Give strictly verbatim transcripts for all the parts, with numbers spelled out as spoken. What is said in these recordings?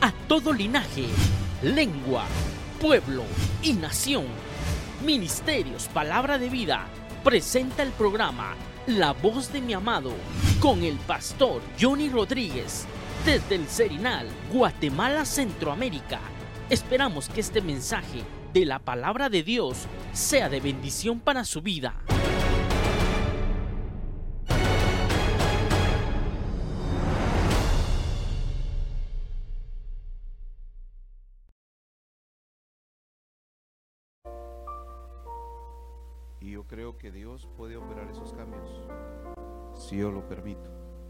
a todo linaje, lengua, pueblo y nación. Ministerios Palabra de Vida presenta el programa La Voz de mi Amado con el pastor Johnny Rodríguez desde el Serinal, Guatemala, Centroamérica. Esperamos que este mensaje de la Palabra de Dios sea de bendición para su vida. Y yo creo que Dios puede operar esos cambios, si yo lo permito.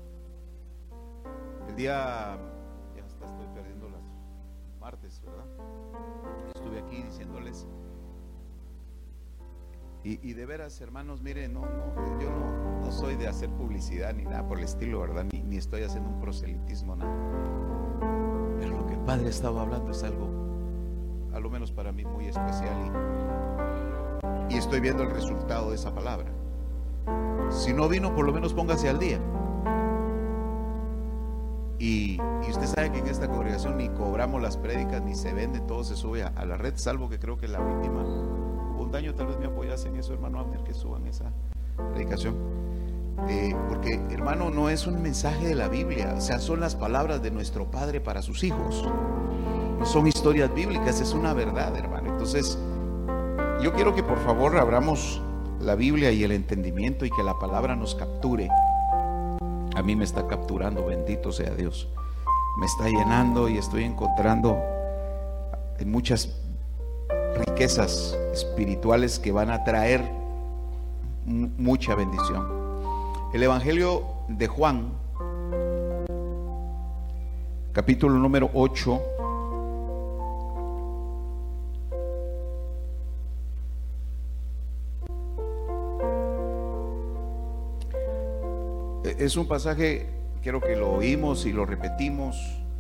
El día, ya hasta estoy perdiendo las martes, ¿verdad? Estuve aquí diciéndoles, y, y de veras, hermanos, miren, no, no, yo no, no soy de hacer publicidad ni nada por el estilo, ¿verdad? Ni, ni estoy haciendo un proselitismo, nada. Pero lo que el Padre estaba hablando es algo, a lo menos para mí, muy especial, y, y estoy viendo el resultado de esa palabra. Si no vino, por lo menos póngase al día. Y, y usted sabe que en esta congregación ni cobramos las prédicas, ni se vende, todo se sube a, a la red, salvo que creo que la última hubo un daño, tal vez me apoyas en eso, hermano Abner, que suban esa predicación. Eh, porque, hermano, no es un mensaje de la Biblia, o sea, son las palabras de nuestro Padre para sus hijos. No son historias bíblicas, es una verdad, hermano. Entonces, yo quiero que por favor abramos la Biblia y el entendimiento y que la palabra nos capture. A mí me está capturando, bendito sea Dios. Me está llenando y estoy encontrando muchas riquezas espirituales que van a traer mucha bendición. El Evangelio de Juan, capítulo número ocho. Es un pasaje, quiero que lo oímos y lo repetimos,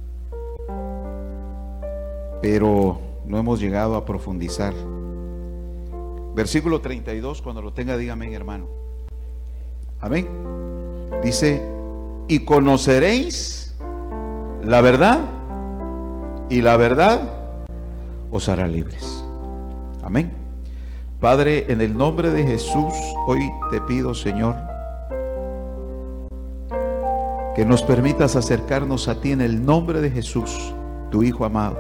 pero no hemos llegado a profundizar. Versículo treinta y dos, cuando lo tenga, dígame, hermano. Amén. Dice: y conoceréis la verdad, y la verdad os hará libres. Amén. Padre, en el nombre de Jesús, hoy te pido, Señor, que nos permitas acercarnos a ti en el nombre de Jesús, tu Hijo amado,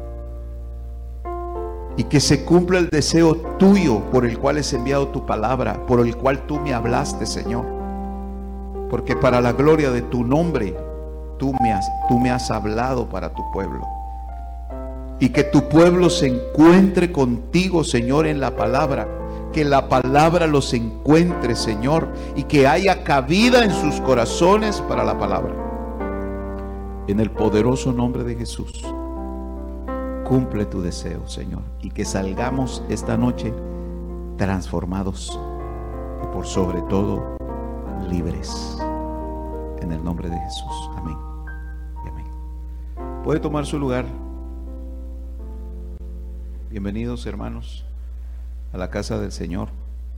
y que se cumpla el deseo tuyo por el cual es enviado tu palabra, por el cual tú me hablaste, Señor, porque para la gloria de tu nombre tú me has, tú me has hablado para tu pueblo, y que tu pueblo se encuentre contigo, Señor, en la palabra. Que la palabra los encuentre, Señor, y que haya cabida en sus corazones para la palabra. En el poderoso nombre de Jesús, cumple tu deseo, Señor, y que salgamos esta noche transformados y por sobre todo libres. En el nombre de Jesús. Amén y amén. Puede tomar su lugar. Bienvenidos, hermanos, a la casa del Señor.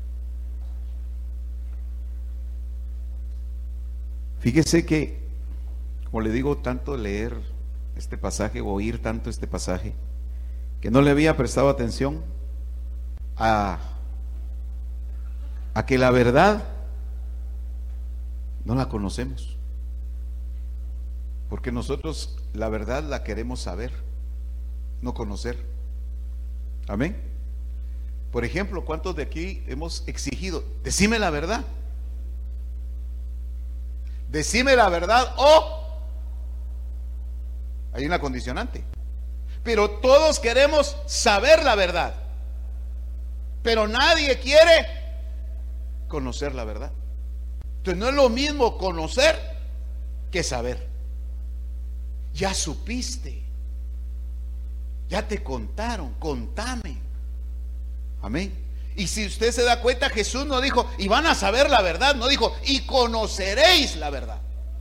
Fíjese que, como le digo, tanto leer este pasaje o oír tanto este pasaje, que no le había prestado atención a, a que la verdad no la conocemos, porque nosotros la verdad la queremos saber, no conocer. Amén. Por ejemplo, ¿cuántos de aquí hemos exigido? Decime la verdad. Decime la verdad o hay una condicionante. Pero todos queremos saber la verdad, pero nadie quiere conocer la verdad. Entonces no es lo mismo conocer que saber. Ya supiste, ya te contaron, contame. Amén. Y si usted se da cuenta, Jesús no dijo y van a saber la verdad, no dijo y conoceréis la verdad.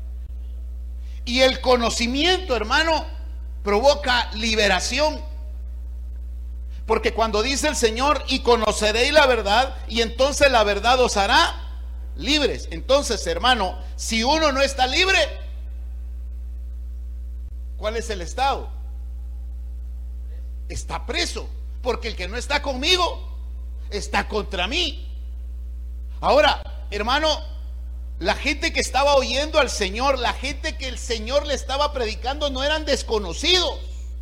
Y el conocimiento, hermano, provoca liberación. Porque cuando dice el Señor y conoceréis la verdad, y entonces la verdad os hará libres. Entonces, hermano, si uno no está libre, ¿cuál es el estado? está preso, porque el que no está conmigo está contra mí. Ahora, hermano, la gente que estaba oyendo al Señor, la gente que el Señor le estaba predicando, no eran desconocidos.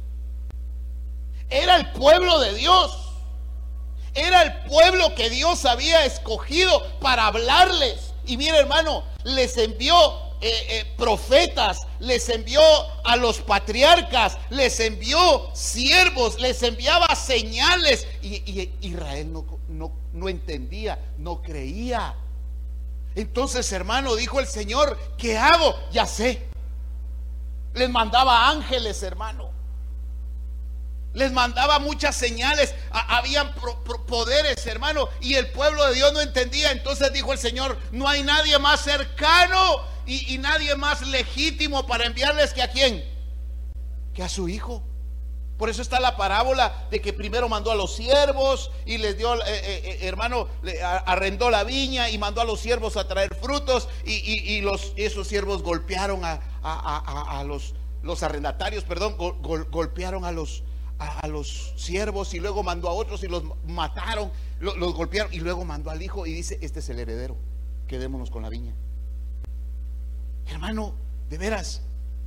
Era el pueblo de Dios. Era el pueblo que Dios había escogido para hablarles. Y mira, hermano, les envió eh, eh, profetas, les envió a los patriarcas, les envió siervos, les enviaba señales. Y, y Israel no, no, no entendía, no creía. Entonces, hermano, dijo el Señor, ¿qué hago? Ya sé. Les mandaba ángeles, hermano. Les mandaba muchas señales. Habían pro, pro, poderes, hermano. Y el pueblo de Dios no entendía. Entonces dijo el Señor, no hay nadie más cercano y, y nadie más legítimo para enviarles que a quién, que a su hijo. Por eso está la parábola de que primero mandó a los siervos y les dio, eh, eh, hermano, le arrendó la viña y mandó a los siervos a traer frutos. Y, y, y los, esos siervos golpearon a, a, a, a los, los arrendatarios, perdón, gol, gol, golpearon a los, a, a los siervos, y luego mandó a otros y los mataron, los, los golpearon, y luego mandó al hijo y dice, este es el heredero, quedémonos con la viña. Hermano, de veras,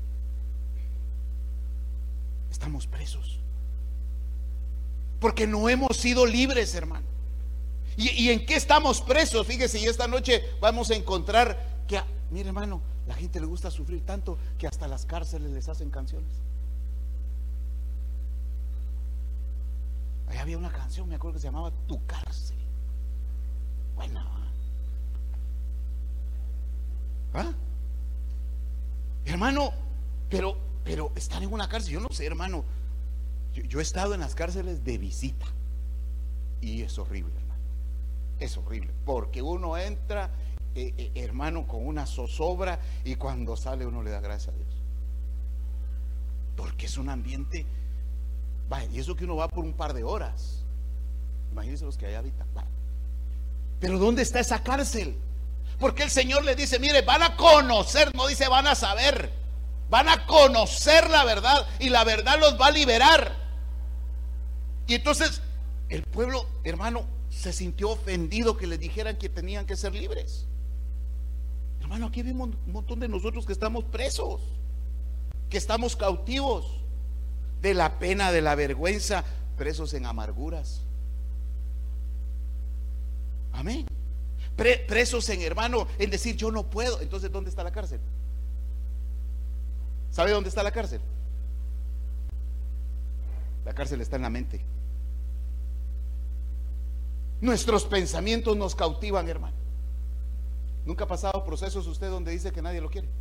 estamos presos porque no hemos sido libres, hermano. ¿Y, y en qué estamos presos? Fíjese, y esta noche vamos a encontrar que, mire, hermano, la gente le gusta sufrir tanto que hasta las cárceles les hacen canciones. Ahí había una canción, me acuerdo, que se llamaba Tu Cárcel. Buena, ¿ah? Hermano, pero Pero estar en una cárcel, yo no sé, hermano. Yo, yo he estado en las cárceles de visita y es horrible, hermano. Es horrible, porque uno entra, eh, eh, hermano, con una zozobra, y cuando sale uno le da gracias a Dios, porque es un ambiente, vaya, y eso que uno va por un par de horas. Imagínense los que allá habitan. Vaya. Pero ¿dónde está esa cárcel? Porque el Señor le dice, mire, van a conocer, no dice van a saber. Van a conocer la verdad y la verdad los va a liberar. Y entonces el pueblo, hermano, se sintió ofendido que les dijeran que tenían que ser libres. Hermano, aquí vimos un montón de nosotros que estamos presos, que estamos cautivos de la pena, de la vergüenza, presos en amarguras. Amén. Pre presos en, hermano, en decir yo no puedo. Entonces, ¿dónde está la cárcel? ¿Sabe dónde está la cárcel? La cárcel está en la mente. Nuestros pensamientos nos cautivan, hermano. ¿Nunca ha pasado procesos usted donde dice que nadie lo quiere?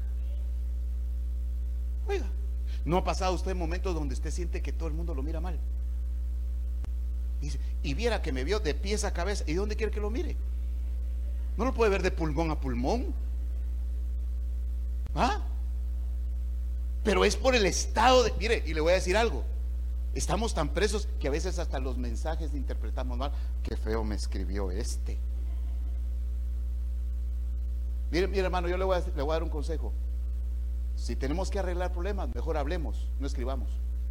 Oiga, ¿no ha pasado usted momentos donde usted siente que todo el mundo lo mira mal? Dice, y viera que me vio de pies a cabeza. ¿Y dónde quiere que lo mire? ¿No lo puede ver de pulmón a pulmón? ¿Ah? Pero es por el estado de, mire, y le voy a decir algo, estamos tan presos que a veces hasta los mensajes interpretamos mal. Qué feo me escribió este. Mire, mire, hermano, yo le voy, a, le voy a dar un consejo. Si tenemos que arreglar problemas, mejor hablemos, no escribamos.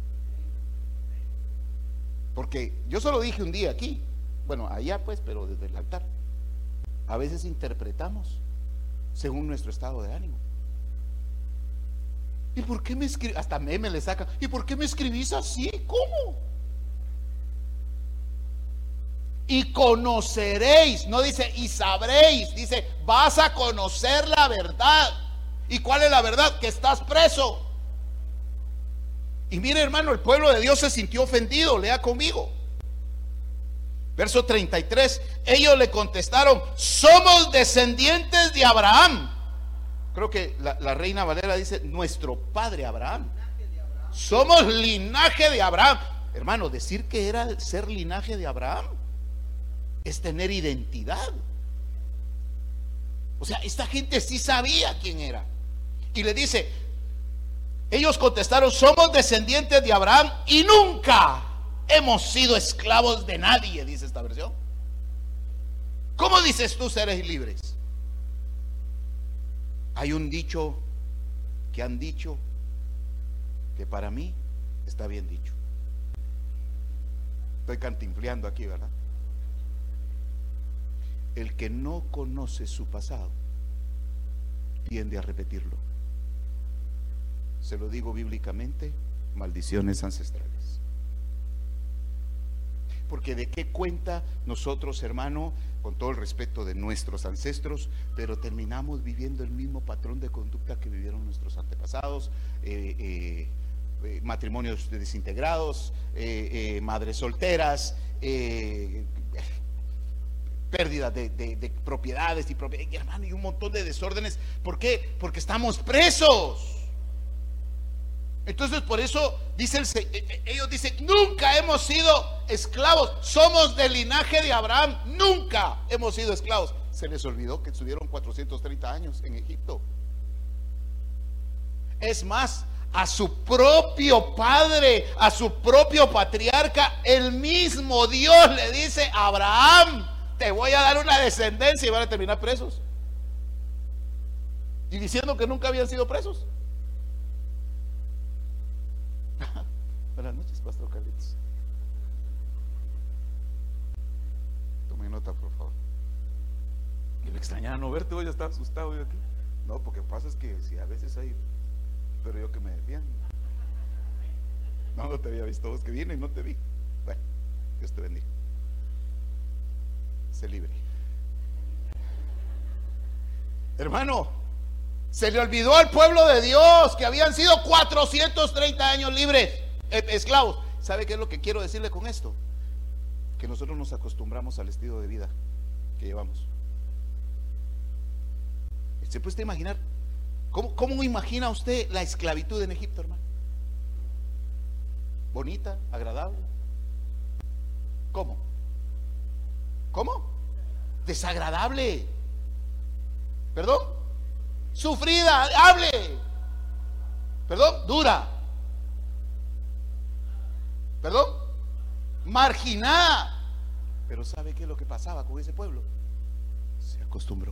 Porque yo solo dije un día aquí, bueno, allá pues, pero desde el altar, a veces interpretamos según nuestro estado de ánimo. ¿Y por qué me escribís? Hasta meme le sacan. ¿Y por qué me escribís así? ¿Cómo? Y conoceréis, no dice y sabréis, dice vas a conocer la verdad. ¿Y cuál es la verdad? Que estás preso. Y mire, hermano, el pueblo de Dios se sintió ofendido. Lea conmigo. Verso treinta y tres. Ellos le contestaron, somos descendientes de Abraham. Creo que la, la Reina Valera dice nuestro padre Abraham. Somos linaje de Abraham. Hermano, decir que era ser linaje de Abraham es tener identidad. O sea, esta gente sí sabía quién era. Y le dice, ellos contestaron, somos descendientes de Abraham y nunca hemos sido esclavos de nadie, dice esta versión. ¿Cómo dices tú seres libres? Hay un dicho que han dicho que para mí está bien dicho. Estoy cantinfleando aquí, ¿verdad? El que no conoce su pasado tiende a repetirlo. Se lo digo bíblicamente, maldiciones ancestrales. Porque de qué cuenta nosotros, hermano, con todo el respeto de nuestros ancestros, pero terminamos viviendo el mismo patrón de conducta que vivieron nuestros antepasados, eh, eh, eh, matrimonios desintegrados, eh, eh, madres solteras, eh, pérdida de, de, de propiedades y propiedades, hermano, y un montón de desórdenes. ¿Por qué? Porque estamos presos. Entonces por eso dice el, ellos dicen, nunca hemos sido esclavos, somos del linaje de Abraham, nunca hemos sido esclavos. Se les olvidó que estuvieron cuatrocientos treinta años en Egipto. Es más, a su propio padre, a su propio patriarca, el mismo Dios le dice, Abraham, te voy a dar una descendencia, y van a terminar presos. Y diciendo que nunca habían sido presos. Buenas noches, Pastor Carlitos. Tome nota, por favor. Que me extrañaba no verte, hoy ya estaba asustado yo aquí. No, porque pasa es que si a veces hay, pero yo que me defiendo. No, no te había visto vos que viene y no te vi. Bueno, Dios te bendiga. Sé libre. Hermano, se le olvidó al pueblo de Dios que habían sido cuatrocientos treinta años libres, eh, esclavos. ¿Sabe qué es lo que quiero decirle con esto? Que nosotros nos acostumbramos al estilo de vida que llevamos. ¿Se puede usted imaginar? ¿Cómo, cómo imagina usted la esclavitud en Egipto, hermano? Bonita, agradable. ¿Cómo? ¿Cómo? Desagradable. ¿Perdón? Sufrida, hable. ¿Perdón? Dura. ¿Perdón? Marginada. Pero ¿sabe qué es lo que pasaba con ese pueblo? Se acostumbró.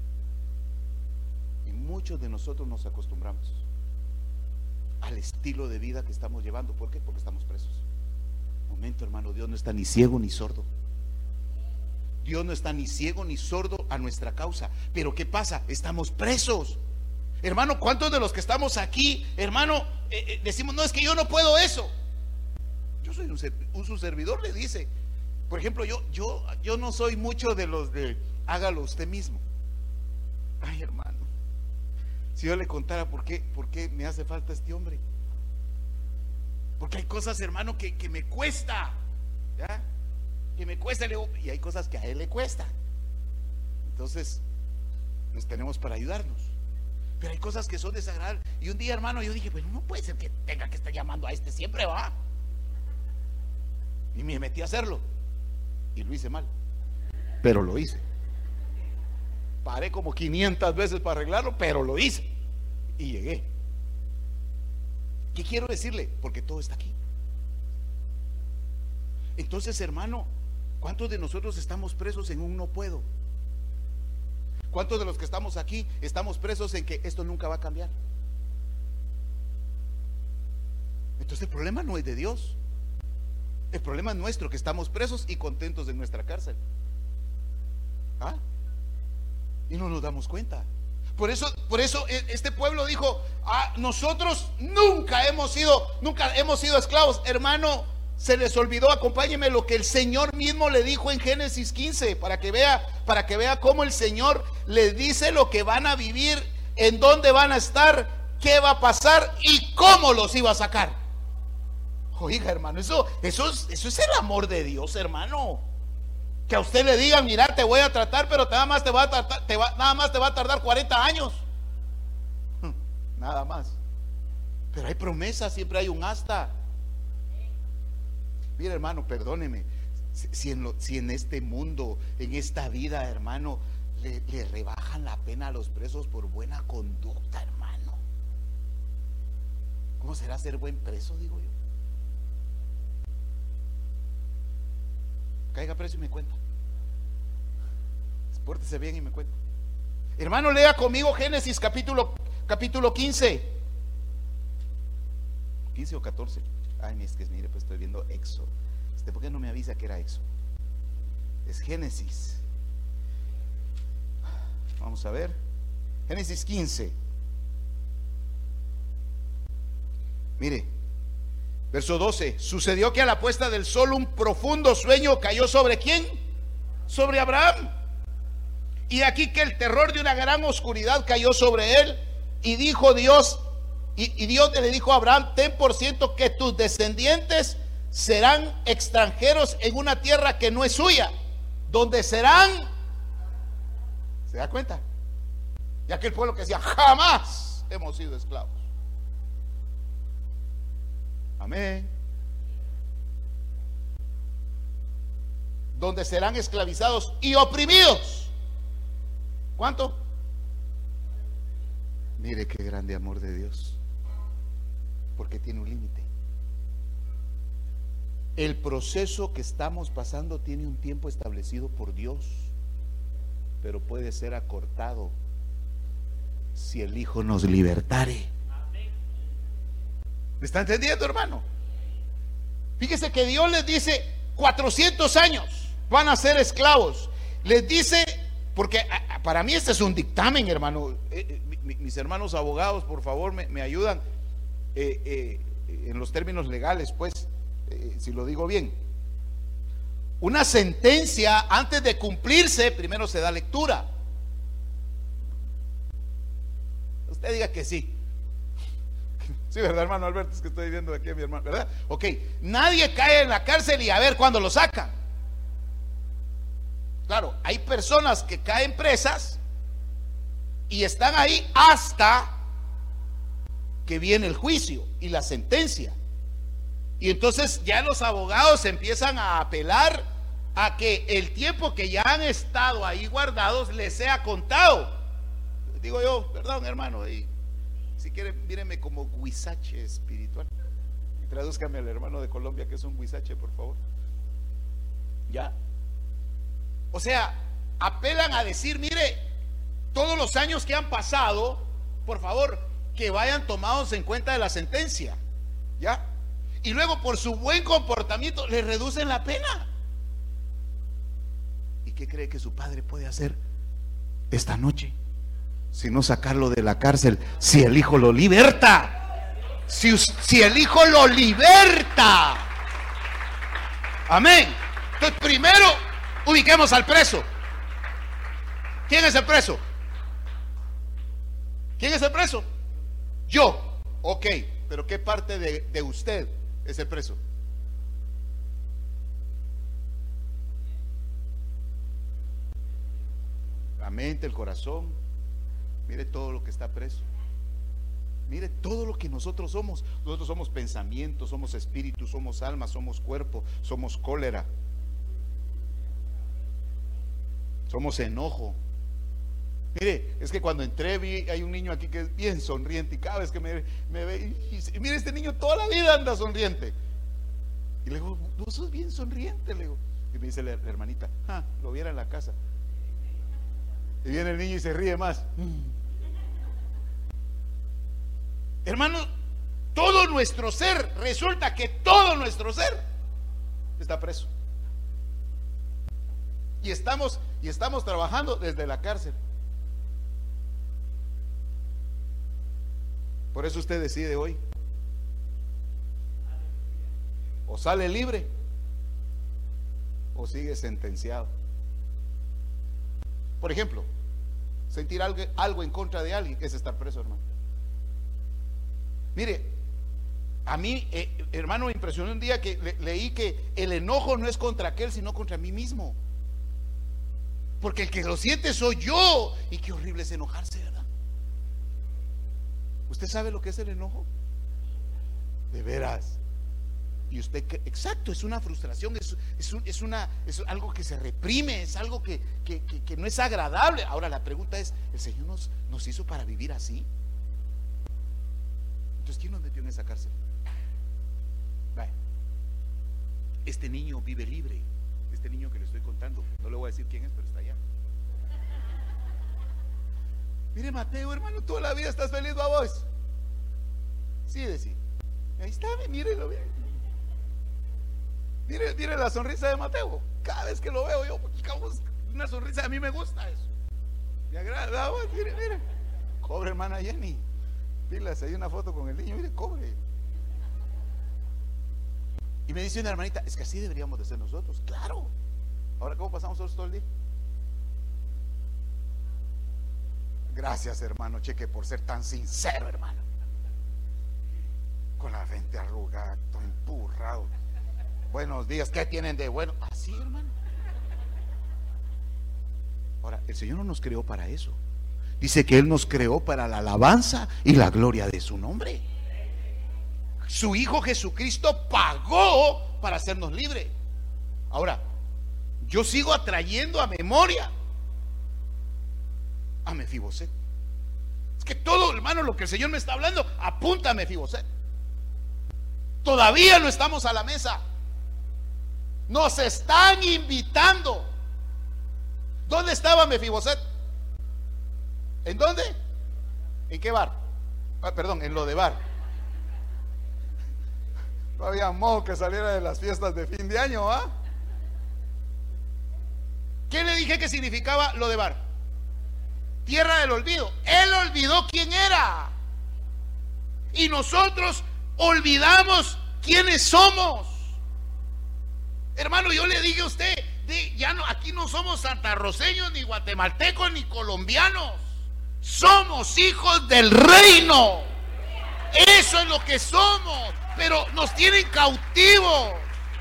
Y muchos de nosotros nos acostumbramos al estilo de vida que estamos llevando. ¿Por qué? Porque estamos presos. Momento, hermano, Dios no está ni ciego ni sordo. Dios no está ni ciego ni sordo a nuestra causa. Pero ¿qué pasa? Estamos presos. Hermano, ¿cuántos de los que estamos aquí, hermano, eh, eh, decimos, no, es que yo no puedo eso? Yo soy un, un su servidor, le dice. Por ejemplo, yo, yo, yo no soy mucho de los de hágalo usted mismo. Ay, hermano, si yo le contara por qué, por qué me hace falta este hombre. Porque hay cosas, hermano, que, que me cuesta, ¿ya? Que me cuesta, y hay cosas que a él le cuesta. Entonces nos tenemos para ayudarnos. Pero hay cosas que son desagradables. Y un día, hermano, yo dije, bueno, no puede ser que tenga que estar llamando a este siempre, va. Y me metí a hacerlo. Y lo hice mal. Pero lo hice. Paré como quinientas veces para arreglarlo, pero lo hice. Y llegué. ¿Qué quiero decirle? Porque todo está aquí. Entonces, hermano, ¿cuántos de nosotros estamos presos en un no puedo? ¿Cuántos de los que estamos aquí estamos presos en que esto nunca va a cambiar? Entonces el problema no es de Dios. El problema es nuestro, que estamos presos y contentos en nuestra cárcel. ¿Ah? Y no nos damos cuenta. Por eso, por eso este pueblo dijo, ah, nosotros nunca hemos sido, nunca hemos sido esclavos. Hermano, se les olvidó, acompáñeme, lo que el Señor mismo le dijo en Génesis quince, para que vea, para que vea cómo el Señor les dice lo que van a vivir, en dónde van a estar, qué va a pasar y cómo los iba a sacar. Oiga, hermano, eso, eso, es, eso es el amor de Dios, hermano. Que a usted le digan, mira, te voy a tratar, pero nada más te va a tratar, te va, nada más te va a tardar cuarenta años. Nada más. Pero hay promesas, siempre hay un hasta. Mira, hermano, perdóneme, si, si, en lo, si en este mundo, en esta vida, hermano, le, le rebajan la pena a los presos por buena conducta, hermano, ¿cómo será ser buen preso, digo yo? Caiga preso y me cuenta. Pórtese bien y me cuenta. Hermano, lea conmigo Génesis capítulo, capítulo quince. quince o catorce. Ay, es que mire, pues estoy viendo Éxodo. ¿Usted por qué no me avisa que era Éxodo? Es Génesis. Vamos a ver. Génesis quince. Mire, verso doce. Sucedió que a la puesta del sol un profundo sueño cayó sobre ¿quién? Sobre Abraham. Y aquí que el terror de una gran oscuridad cayó sobre él. Y dijo Dios, y, y Dios le dijo a Abraham: ten por cierto que tus descendientes serán extranjeros en una tierra que no es suya, donde serán, ¿se da cuenta? Y aquel pueblo que decía: jamás hemos sido esclavos. Amén. Donde serán esclavizados y oprimidos. ¿Cuánto? Mire qué grande amor de Dios, porque tiene un límite. El proceso que estamos pasando tiene un tiempo establecido por Dios, pero puede ser acortado si el Hijo nos libertare. ¿Me está entendiendo, hermano? Fíjese que Dios les dice: cuatrocientos años van a ser esclavos. Les dice, porque para mí este es un dictamen, hermano. eh, eh, mis hermanos abogados, por favor, me, me ayudan eh, eh, en los términos legales, pues, eh, si lo digo bien. Una sentencia, antes de cumplirse, primero se da lectura. Usted diga que sí. Sí, ¿verdad, hermano Alberto? Es que estoy viendo aquí a mi hermano, ¿verdad? Ok, nadie cae en la cárcel y a ver cuándo lo sacan. Claro, hay personas que caen presas y están ahí hasta que viene el juicio y la sentencia. Y entonces ya los abogados empiezan a apelar a que el tiempo que ya han estado ahí guardados les sea contado. Digo yo, perdón, hermano, y si quieren, mírenme como huizache espiritual. Y tradúzcame al hermano de Colombia que es un huizache, por favor. ¿Ya? O sea, apelan a decir: mire, todos los años que han pasado, por favor, que vayan tomados en cuenta de la sentencia. ¿Ya? Y luego, por su buen comportamiento, le reducen la pena. ¿Y qué cree que su padre puede hacer esta noche? Si no sacarlo de la cárcel, si el Hijo lo liberta. Si, si el Hijo lo liberta. Amén. Entonces, primero ubiquemos al preso. ¿Quién es el preso? ¿Quién es el preso? Yo. Ok, pero ¿qué parte de, de usted es el preso? La mente, el corazón. Mire todo lo que está preso. Mire todo lo que nosotros somos. Nosotros somos pensamientos, somos espíritu, somos alma, somos cuerpo, somos cólera, somos enojo. Mire, es que cuando entré vi, hay un niño aquí que es bien sonriente, y cada vez que me, me ve, y, y mire, este niño toda la vida anda sonriente. Y le digo: vos sos bien sonriente, le digo. Y me dice la, la hermanita: ah, lo viera en la casa. Y viene el niño y se ríe más. Hermano, todo nuestro ser, resulta que todo nuestro ser está preso. Y estamos, y estamos trabajando desde la cárcel. Por eso usted decide hoy: o sale libre o sigue sentenciado. Por ejemplo, sentir algo, algo en contra de alguien es estar preso, hermano. Mire, a mí, eh, hermano, me impresionó un día que le, leí que el enojo no es contra aquel, sino contra mí mismo. Porque el que lo siente soy yo. Y qué horrible es enojarse, ¿verdad? ¿Usted sabe lo que es el enojo? De veras. Y usted, exacto, es una frustración, es, es, un, es, una, es algo que se reprime, es algo que, que, que, que no es agradable. Ahora la pregunta es: ¿el Señor nos, nos hizo para vivir así? Entonces, ¿quién nos metió en esa cárcel? Vaya. Este niño vive libre. Este niño que le estoy contando, no le voy a decir quién es, pero está allá. Mire, Mateo, hermano, toda la vida estás feliz, babos. Sí, decir. Ahí está, mírelo bien. Mire, mire la sonrisa de Mateo. Cada vez que lo veo yo, una sonrisa, a mí me gusta eso. Me agrada. Mire, mire. Cobre, hermana Jenny. Pilas, hay una foto con el niño, mire, cobre. Y me dice una hermanita, es que así deberíamos de ser nosotros. Claro. Ahora, ¿cómo pasamos nosotros todo el día? Gracias, hermano Cheque, por ser tan sincero, hermano. Con la frente arrugada, todo empurrado. Buenos días, ¿qué tienen de bueno? Así, hermano. Ahora, el Señor no nos creó para eso. Dice que Él nos creó para la alabanza y la gloria de su nombre. Su Hijo Jesucristo pagó para hacernos libres. Ahora, yo sigo atrayendo a memoria a Mefiboset. Es que todo, hermano, lo que el Señor me está hablando apunta a Mefiboset. Todavía no estamos a la mesa. Nos están invitando. ¿Dónde estaba Mefiboset? ¿En dónde? ¿En qué bar? Ah, perdón, en lo de bar. No había modo que saliera de las fiestas de fin de año, ¿ah? ¿Qué le dije que significaba lo de bar? Tierra del olvido. Él olvidó quién era. Y nosotros olvidamos quiénes somos. Hermano, yo le dije a usted, de, ya no, aquí no somos santarroceños, ni guatemaltecos, ni colombianos. Somos hijos del reino. Eso es lo que somos. Pero nos tienen cautivos.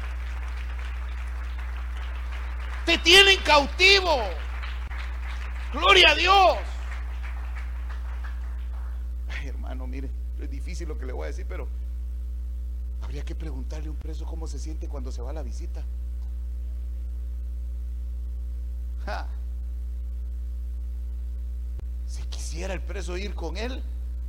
Te tienen cautivo. Gloria a Dios. Ay, hermano, mire, es difícil lo que le voy a decir, pero habría que preguntarle a un preso cómo se siente cuando se va a la visita. Ja. Si quisiera el preso ir con él.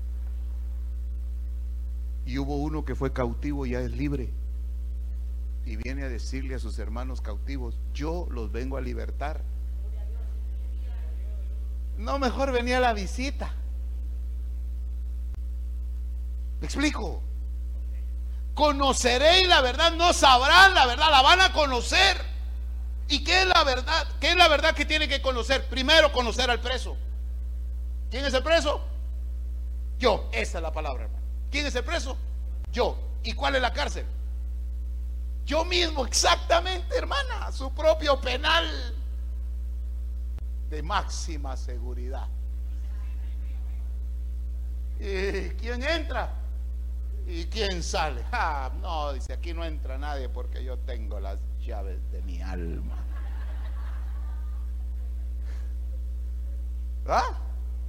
Y hubo uno que fue cautivo y ya es libre. Y viene a decirle a sus hermanos cautivos, yo los vengo a libertar. No, mejor venía a la visita. ¿Me explico? Conoceréis la verdad, no sabrán la verdad, la van a conocer. ¿Y qué es la verdad? ¿Qué es la verdad que tiene que conocer? Primero, conocer al preso. ¿Quién es el preso? Yo, esa es la palabra, hermano. ¿Quién es el preso? Yo. ¿Y cuál es la cárcel? Yo mismo, exactamente, hermana. Su propio penal de máxima seguridad. ¿Y quién entra? ¿Y quién sale? Ah, no, dice, aquí no entra nadie porque yo tengo las llaves de mi alma. ¿Ah?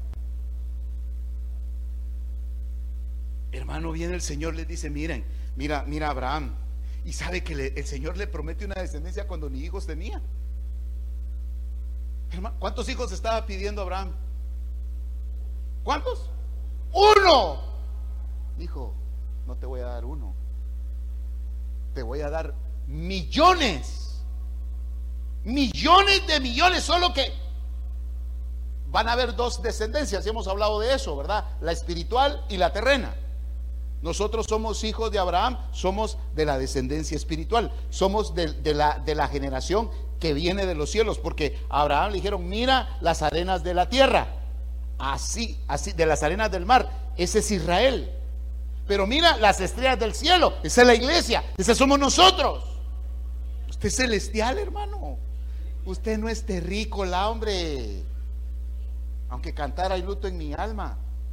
Hermano, viene el Señor, les dice, miren, mira, mira a Abraham. Y sabe que le, el Señor le promete una descendencia cuando ni hijos tenía. Hermano, ¿cuántos hijos estaba pidiendo Abraham? ¿Cuántos? ¡Uno! Dijo, no te voy a dar uno, te voy a dar millones. Millones de millones, solo que van a haber dos descendencias. Hemos hablado de eso, ¿verdad? La espiritual y la terrena. Nosotros somos hijos de Abraham, somos de la descendencia espiritual, somos de, de, la, de la generación que viene de los cielos, porque a Abraham le dijeron, mira las arenas de la tierra, así, así, de las arenas del mar, ese es Israel. Pero mira las estrellas del cielo, esa es la iglesia, esa somos nosotros. Usted es celestial, hermano. Usted no es terrícola, hombre. Aunque cantara hay luto en mi alma.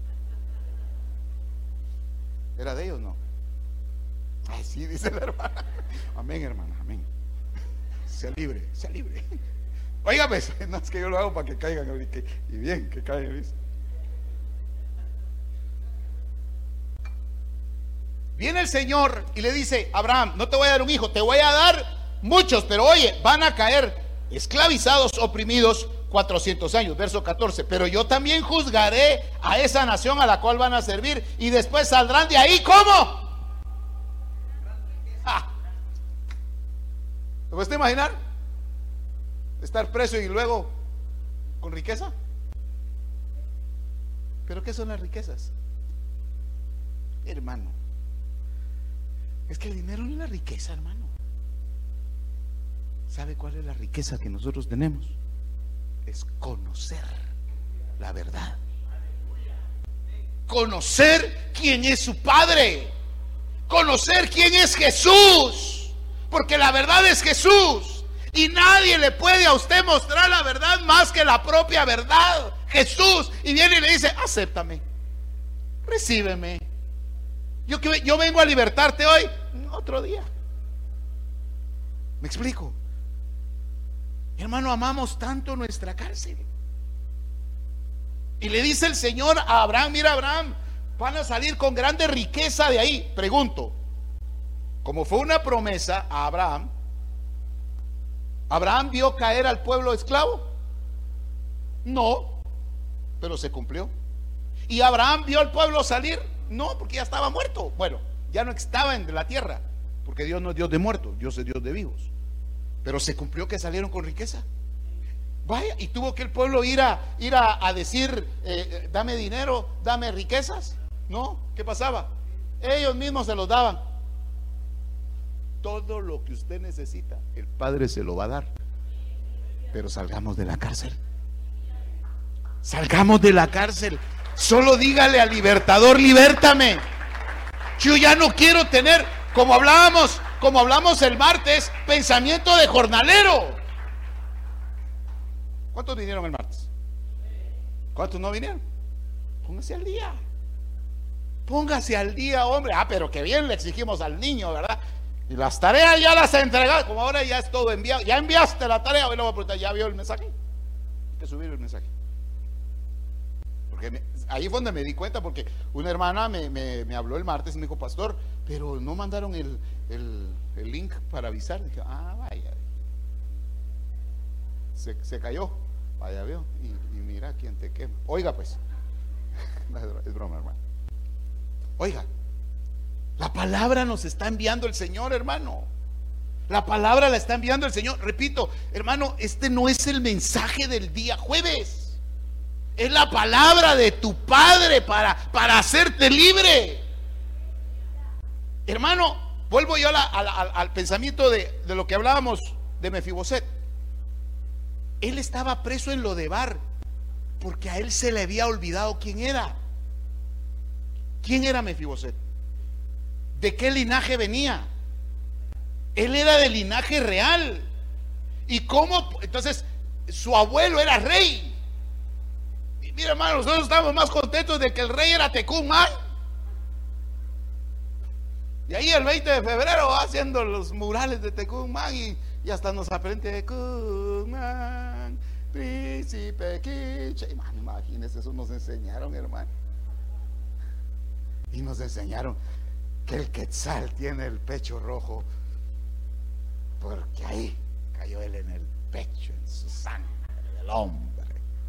¿Era de ellos, no? Ay, sí, dice la hermana. Amén, hermana, amén. Sea libre, sea libre. Oiga, pues, no es que yo lo hago para que caigan. Y bien, que caigan, ¿viste? Viene el Señor y le dice, Abraham, no te voy a dar un hijo, te voy a dar muchos, pero oye, van a caer esclavizados, oprimidos cuatrocientos años, verso catorce. Pero yo también juzgaré a esa nación a la cual van a servir y después saldrán de ahí. ¿Cómo? ¡Ja! ¿Te puedes imaginar? Estar preso y luego con riqueza. ¿Pero qué son las riquezas? Hermano, es que el dinero no es la riqueza, hermano. ¿Sabe cuál es la riqueza que nosotros tenemos? Es conocer la verdad. Conocer quién es su Padre. Conocer quién es Jesús. Porque la verdad es Jesús. Y nadie le puede a usted mostrar la verdad más que la propia verdad, Jesús. Y viene y le dice: acéptame, recíbeme. Yo, yo vengo a libertarte hoy, otro día. ¿Me explico? Hermano, amamos tanto nuestra cárcel. Y le dice el Señor a Abraham: mira, Abraham, van a salir con grande riqueza de ahí. Pregunto, como fue una promesa a Abraham, ¿Abraham vio caer al pueblo esclavo? No, pero se cumplió. ¿Y Abraham vio al pueblo salir? No, porque ya estaba muerto. Bueno, ya no estaba en la tierra, porque Dios no es Dios de muertos, Dios es Dios de vivos. Pero se cumplió que salieron con riqueza. Vaya, y tuvo que el pueblo ir a, ir a, a decir, eh, dame dinero, dame riquezas. No, ¿qué pasaba? Ellos mismos se los daban. Todo lo que usted necesita, el Padre se lo va a dar. Pero salgamos de la cárcel. Salgamos de la cárcel. Solo dígale al libertador: libértame. Yo ya no quiero tener, como hablábamos, como hablamos el martes, pensamiento de jornalero. ¿Cuántos vinieron el martes? ¿Cuántos no vinieron? Póngase al día. Póngase al día, hombre. Ah, pero que bien le exigimos al niño, ¿verdad? Y las tareas ya las he entregado. Como ahora ya es todo enviado. Ya enviaste la tarea. Hoy le voy a preguntar: ¿ya vio el mensaje? Hay que subir el mensaje. Porque me, ahí fue donde me di cuenta. Porque una hermana me, me, me habló el martes y me dijo: pastor, pero no mandaron el, el, el link para avisar. Dije: ah, vaya. Se, se cayó. Vaya, veo. Y, y mira quién te quema. Oiga, pues. Es broma, hermano. Oiga, la palabra nos está enviando el Señor, hermano. La palabra la está enviando el Señor. Repito, hermano, este no es el mensaje del día jueves. Es la palabra de tu Padre para, para hacerte libre. Hermano, vuelvo yo a la, a la, al pensamiento de, de lo que hablábamos de Mefiboset. Él estaba preso en Lodebar porque a él se le había olvidado quién era. ¿Quién era Mefiboset? ¿De qué linaje venía? Él era del linaje real. ¿Y cómo? Entonces, su abuelo era rey. Y mira, hermano, nosotros estamos más contentos de que el rey era Tecumán. Y ahí el veinte de febrero va haciendo los murales de Tecumán y, y hasta nos aprende Tecumán, príncipe Quiche. Hermano, imagínense, eso nos enseñaron, hermano. Y nos enseñaron que el Quetzal tiene el pecho rojo porque ahí cayó él en el pecho, en su sangre del hombre.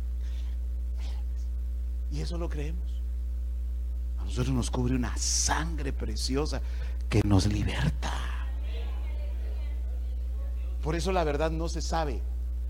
Y eso lo creemos. A nosotros nos cubre una sangre preciosa que nos liberta. Por eso la verdad no se sabe.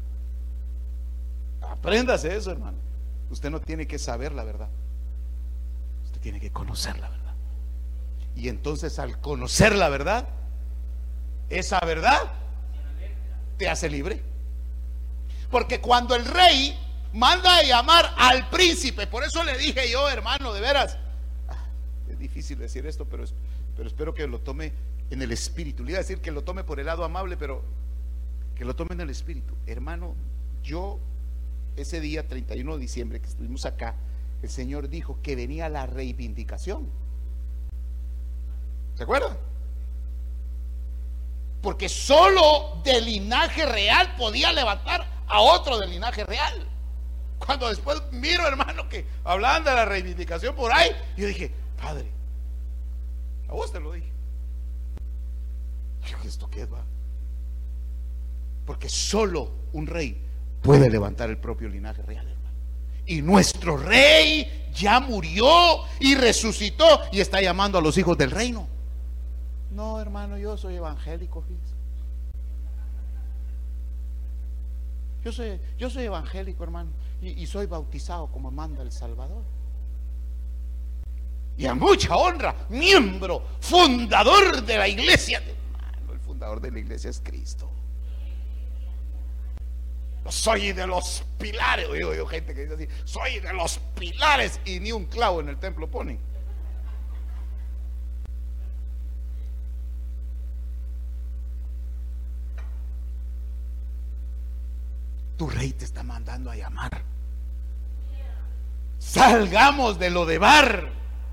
Apréndase eso, hermano. Usted no tiene que saber la verdad, usted tiene que conocer la verdad. Y entonces, al conocer la verdad, esa verdad te hace libre. Porque cuando el rey manda a llamar al príncipe, por eso le dije yo, hermano, de veras, es difícil decir esto, pero, es, pero espero que lo tome en el espíritu. Le iba a decir que lo tome por el lado amable, pero que lo tome en el espíritu. Hermano, yo ese día treinta y uno de diciembre que estuvimos acá, el Señor dijo que venía la reivindicación. ¿Se acuerdan? Porque solo del linaje real podía levantar a otro del linaje real. Cuando después miro, hermano, que hablaban de la reivindicación por ahí, yo dije: Padre, a vos te lo dije. ¿Esto qué va? Porque solo un rey puede levantar el propio linaje real, hermano. Y nuestro rey ya murió y resucitó y está llamando a los hijos del reino. No, hermano, yo soy evangélico, fíjese. Yo soy, yo soy evangélico, hermano, y, y soy bautizado como manda el Salvador. Y a mucha honra, miembro, fundador de la iglesia. Hermano, el fundador de la iglesia es Cristo. soy de los pilares. Oigo yo gente que dice así, soy de los pilares, y ni un clavo en el templo ponen. Tu rey te está mandando a llamar. Salgamos de lo de bar.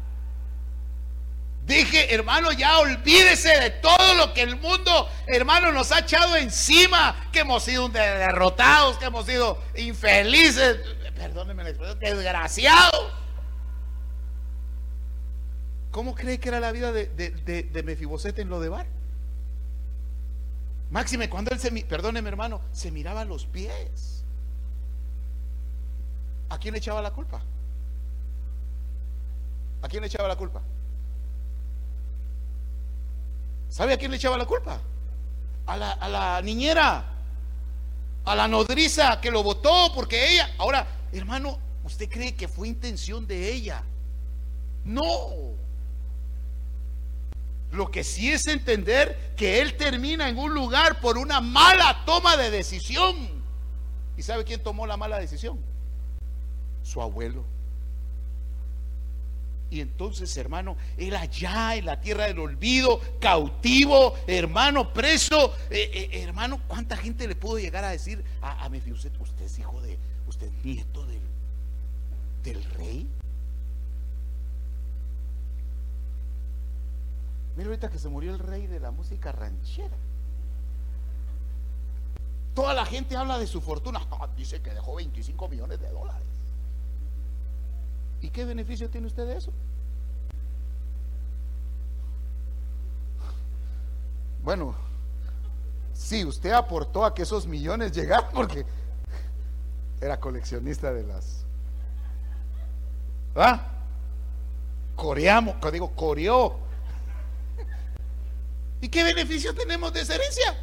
Dije, hermano, ya olvídese de todo lo que el mundo, hermano, nos ha echado encima, que hemos sido derrotados, que hemos sido infelices, perdónenme la expresión, desgraciados. ¿Cómo cree que era la vida de, de, de, de Mefiboset en lo de bar? Máxime, cuando él se, perdóneme hermano, se miraba los pies. ¿A quién le echaba la culpa? ¿A quién le echaba la culpa? ¿Sabe a quién le echaba la culpa? A la, a la niñera, a la nodriza que lo botó porque ella. Ahora, hermano, ¿usted cree que fue intención de ella? No. Lo que sí es entender que él termina en un lugar por una mala toma de decisión. ¿Y sabe quién tomó la mala decisión? Su abuelo. Y entonces, hermano, él allá en la tierra del olvido, cautivo, hermano, preso, eh, eh, hermano, ¿cuánta gente le pudo llegar a decir a, a Mefiboset, usted es hijo de, usted es nieto del, del rey? Mira ahorita que se murió el rey de la música ranchera, toda la gente habla de su fortuna. Ah, dice que dejó veinticinco millones de dólares. ¿Y qué beneficio tiene usted de eso? Bueno, sí, usted aportó a que esos millones llegaran porque era coleccionista de las... ¿Ah? Coreamos, digo, coreó. ¿Y qué beneficio tenemos de esa herencia?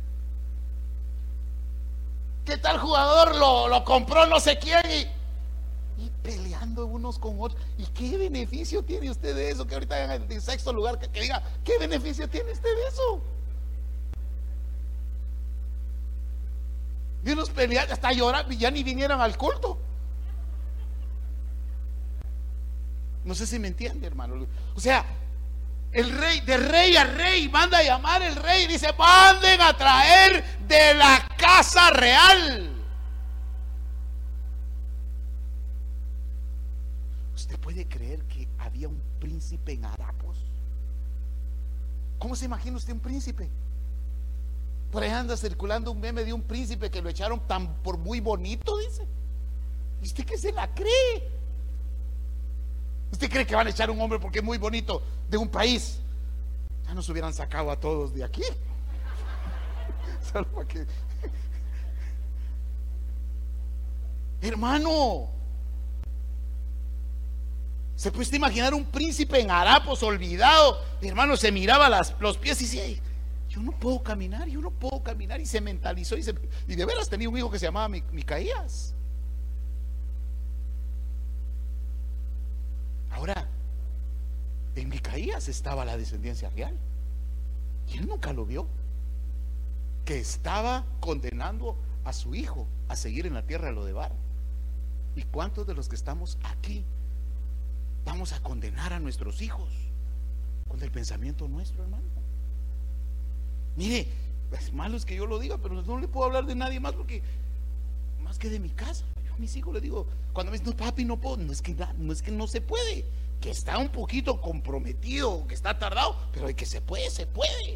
¿Qué tal jugador lo, lo compró no sé quién y... y peleando unos con otros? ¿Y qué beneficio tiene usted de eso? Que ahorita en el sexto lugar, que, que diga, ¿qué beneficio tiene usted de eso? Y unos peleando, hasta llorar, ya ni vinieron al culto. No sé si me entiende, hermano. O sea, el rey, de rey a rey, manda a llamar el rey y dice, manden a traer de la casa real. ¿Usted puede creer que había un príncipe en harapos? ¿Cómo se imagina usted un príncipe? Por ahí anda circulando un meme de un príncipe que lo echaron tan por muy bonito, dice. ¿Y usted qué se la cree? ¿Usted cree que van a echar un hombre porque es muy bonito de un país? Ya nos hubieran sacado a todos de aquí. Solo para que... Hermano, ¿se puede imaginar un príncipe en harapos olvidado? Mi hermano se miraba las, los pies y decía, yo no puedo caminar, yo no puedo caminar. Y se mentalizó y, se, y de veras tenía un hijo que se llamaba Micaías. Ahora, en Micaías estaba la descendencia real y él nunca lo vio, que estaba condenando a su hijo a seguir en la tierra de Lodebar. ¿Y cuántos de los que estamos aquí vamos a condenar a nuestros hijos con el pensamiento nuestro, hermano? Mire, es malo es que yo lo diga, pero no le puedo hablar de nadie más, porque más que de mi casa. Yo a mis hijos les digo, cuando me dicen, no papi, no puedo, no es que no, es que no se puede, que está un poquito comprometido, que está tardado, pero de que se puede, se puede.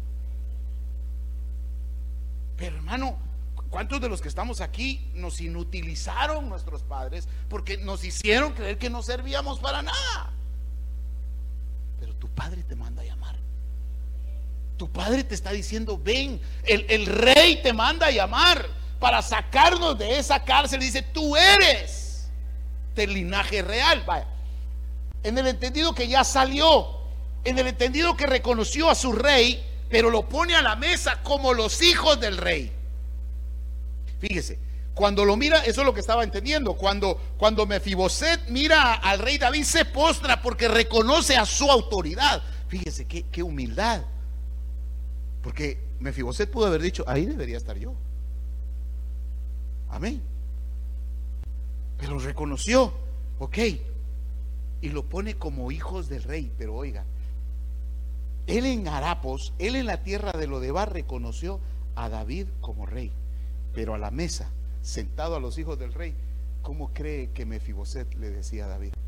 Pero hermano, ¿cuántos de los que estamos aquí nos inutilizaron nuestros padres porque nos hicieron creer que no servíamos para nada? Pero tu padre te manda a llamar. Tu padre te está diciendo, ven, el, el rey te manda a llamar para sacarnos de esa cárcel. Dice, tú eres del linaje real. Vaya, en el entendido que ya salió, en el entendido que reconoció a su rey, pero lo pone a la mesa como los hijos del rey. Fíjese, cuando lo mira, eso es lo que estaba entendiendo. Cuando, cuando Mefiboset mira al rey David, se postra porque reconoce a su autoridad. Fíjese qué, qué humildad. Porque Mefiboset pudo haber dicho, ahí debería estar yo. Amén. Pero reconoció, ok, y lo pone como hijos del rey. Pero oiga, él en Harapos, él en la tierra de Lodebar reconoció a David como rey, pero a la mesa, sentado a los hijos del rey, ¿cómo cree que Mefiboset le decía a David?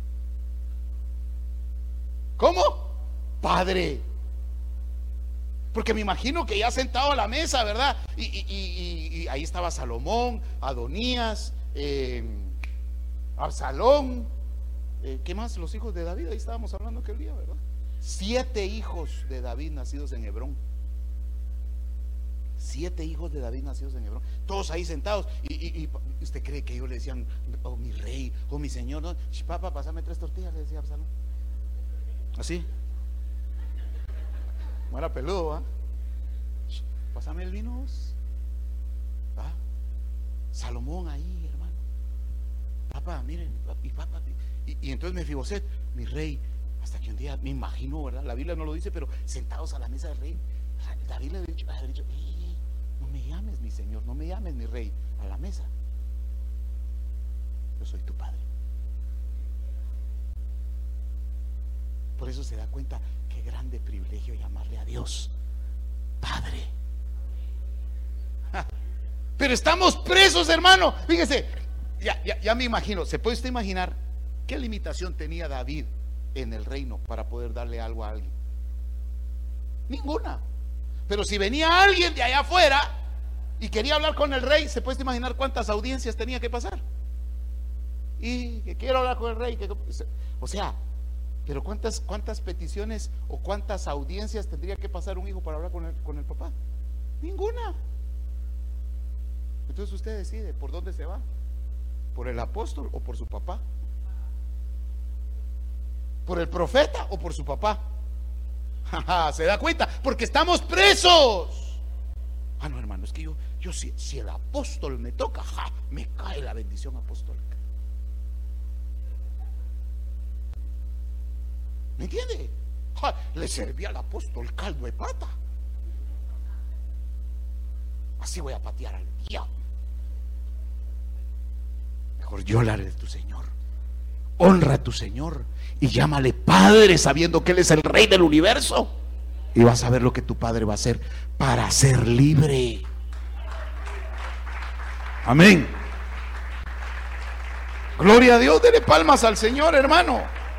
¿Cómo? Padre. Porque me imagino que ya sentado a la mesa, ¿verdad? Y, y, y, y ahí estaba Salomón, Adonías, eh, Absalón, eh, ¿qué más? Los hijos de David, ahí estábamos hablando aquel día, ¿verdad? Siete hijos de David nacidos en Hebrón. Siete hijos de David nacidos en Hebrón, todos ahí sentados. Y, y, y usted cree que ellos le decían, oh mi rey, oh mi señor, no, papá, pásame tres tortillas, le decía Absalón. Así. No era peludo, ¿ah? Pásame el vino. ¿Ah? Salomón ahí, hermano. Papá, miren, y papá. Y, y entonces Mefiboset, mi rey, hasta que un día me imagino, ¿verdad? La Biblia no lo dice, pero sentados a la mesa del rey, David le había dicho, había dicho no me llames mi señor, no me llames mi rey, a la mesa. Yo soy tu padre. Por eso se da cuenta qué grande privilegio llamarle a Dios Padre. Pero estamos presos, hermano. Fíjese, ya, ya, ya me imagino. ¿Se puede usted imaginar qué limitación tenía David en el reino para poder darle algo a alguien? Ninguna. Pero si venía alguien de allá afuera y quería hablar con el rey, ¿se puede imaginar cuántas audiencias tenía que pasar? Y que quiero hablar con el rey, que, o sea, pero cuántas cuántas peticiones o cuántas audiencias tendría que pasar un hijo para hablar con el, con el papá. Ninguna. Entonces usted decide por dónde se va, por el apóstol o por su papá, por el profeta o por su papá. ¿Se da cuenta? Porque estamos presos. Ah, no, hermano, es que yo, yo si, si el apóstol me toca, ja, me cae la bendición apostólica. ¿Me entiende? Ja, le servía al apóstol caldo de pata. Así voy a patear al diablo. Mejor llórale a tu Señor, honra a tu Señor y llámale Padre, sabiendo que Él es el Rey del universo. Y vas a ver lo que tu Padre va a hacer para ser libre. Amén. Gloria a Dios, dele palmas al Señor, hermano.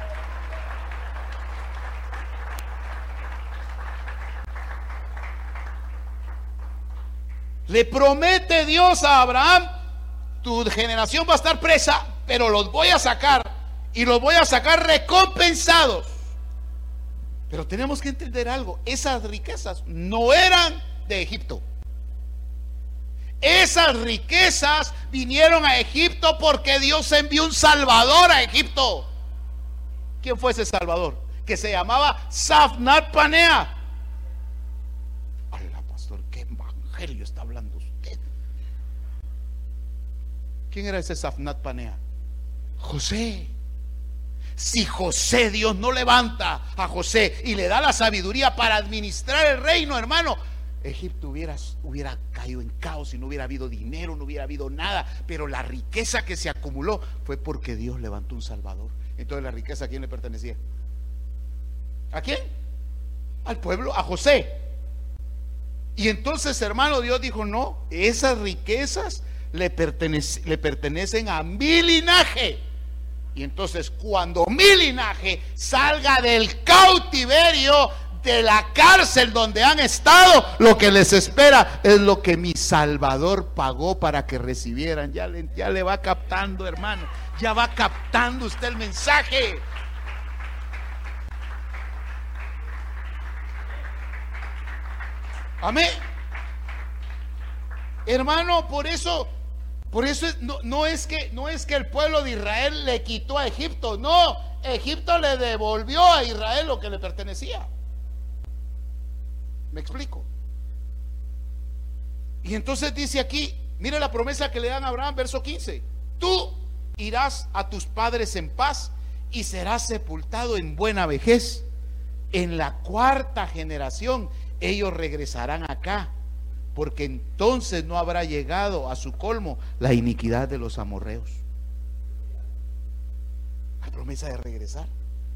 Le promete Dios a Abraham: tu generación va a estar presa, pero los voy a sacar, y los voy a sacar recompensados. Pero tenemos que entender algo: esas riquezas no eran de Egipto. Esas riquezas vinieron a Egipto porque Dios envió un salvador a Egipto. ¿Quién fue ese salvador? Que se llamaba Safnat Panea. Hola, pastor, ¿qué evangelio está hablando usted? ¿Quién era ese Safnat Panea? José. Si José, Dios no levanta a José y le da la sabiduría para administrar el reino, hermano, Egipto hubiera, hubiera caído en caos y no hubiera habido dinero, no hubiera habido nada. Pero la riqueza que se acumuló fue porque Dios levantó un salvador. Entonces la riqueza, ¿a quién le pertenecía? ¿A quién? Al pueblo, a José. Y entonces, hermano, Dios dijo: no, esas riquezas le, pertenece, le pertenecen a mi linaje. Y entonces, cuando mi linaje salga del cautiverio, de la cárcel donde han estado, lo que les espera es lo que mi Salvador pagó para que recibieran. Ya le, ya le va captando, hermano. Ya va captando usted el mensaje. Amén. Hermano, por eso, por eso es, no, no es que, no es que el pueblo de Israel le quitó a Egipto. No, Egipto le devolvió a Israel lo que le pertenecía. ¿Me explico? Y entonces dice aquí, mire la promesa que le dan a Abraham, verso quince: tú irás a tus padres en paz y serás sepultado en buena vejez. En la cuarta generación ellos regresarán acá porque entonces no habrá llegado a su colmo la iniquidad de los amorreos. La promesa de regresar.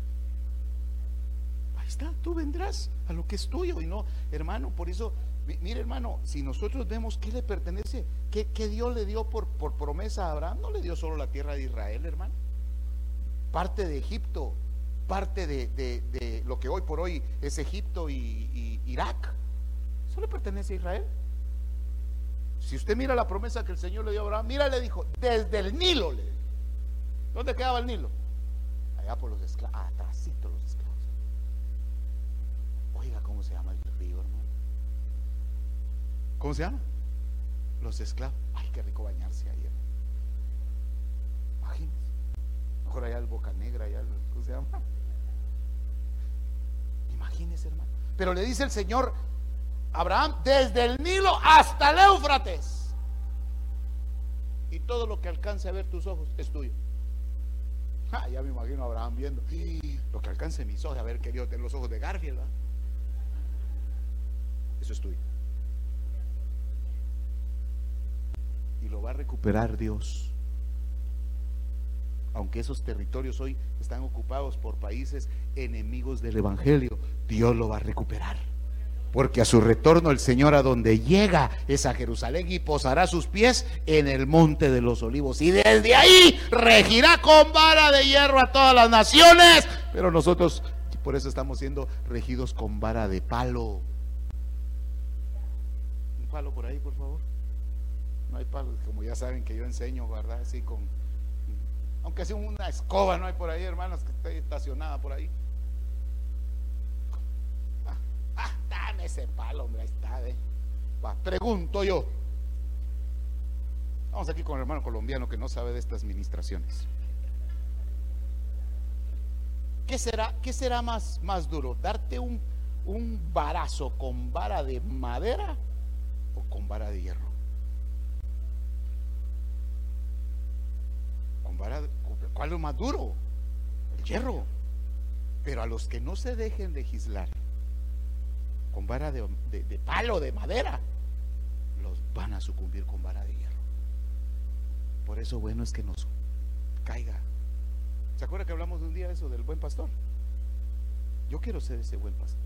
Ahí está, tú vendrás a lo que es tuyo y no, hermano, por eso, mire hermano, si nosotros vemos qué le pertenece, qué, qué Dios le dio por, por promesa a Abraham, no le dio solo la tierra de Israel, hermano, parte de Egipto, parte de, de, de lo que hoy por hoy es Egipto y, y Irak, eso le pertenece a Israel. Si usted mira la promesa que el Señor le dio a Abraham, mira, le dijo, desde el Nilo, le dijo. ¿Dónde quedaba el Nilo? Allá por los esclavos, atrásito los esclavos. Oiga, ¿cómo se llama el río, hermano? ¿Cómo se llama? Los esclavos. Ay, qué rico bañarse ahí, hermano. Imagínense. Mejor allá el Boca Negra, allá el, ¿cómo se llama? Imagínense, hermano. Pero le dice el Señor a Abraham, desde el Nilo hasta el Éufrates, y todo lo que alcance a ver tus ojos es tuyo. Ah, ya me imagino a Abraham viendo, lo que alcance mis ojos, a ver, querido, tener los ojos de Garfield, ¿verdad? Eso es tuyo. Y lo va a recuperar Dios. Aunque esos territorios hoy están ocupados por países enemigos del Evangelio, Dios lo va a recuperar. Porque a su retorno el Señor a donde llega es a Jerusalén y posará sus pies en el monte de los olivos. Y desde ahí regirá con vara de hierro a todas las naciones. Pero nosotros por eso estamos siendo regidos con vara de palo. Un palo por ahí, por favor. No hay palos, como ya saben que yo enseño, ¿verdad? Así con, aunque sea una escoba, no hay por ahí, hermanos, que esté estacionada por ahí. Ah, ah, dame ese palo, hombre, ahí está, ¿eh? Va, pregunto yo. Vamos aquí con el hermano colombiano que no sabe de estas ministraciones. ¿Qué será, qué será más, más duro? ¿Darte un, un varazo con vara de madera o con vara de hierro? ¿Cuál es lo más duro? El hierro. Pero a los que no se dejen legislar con vara de, de, de palo, de madera, los van a sucumbir con vara de hierro. Por eso bueno es que nos caiga. ¿Se acuerda que hablamos de un día de eso, del buen pastor? Yo quiero ser ese buen pastor.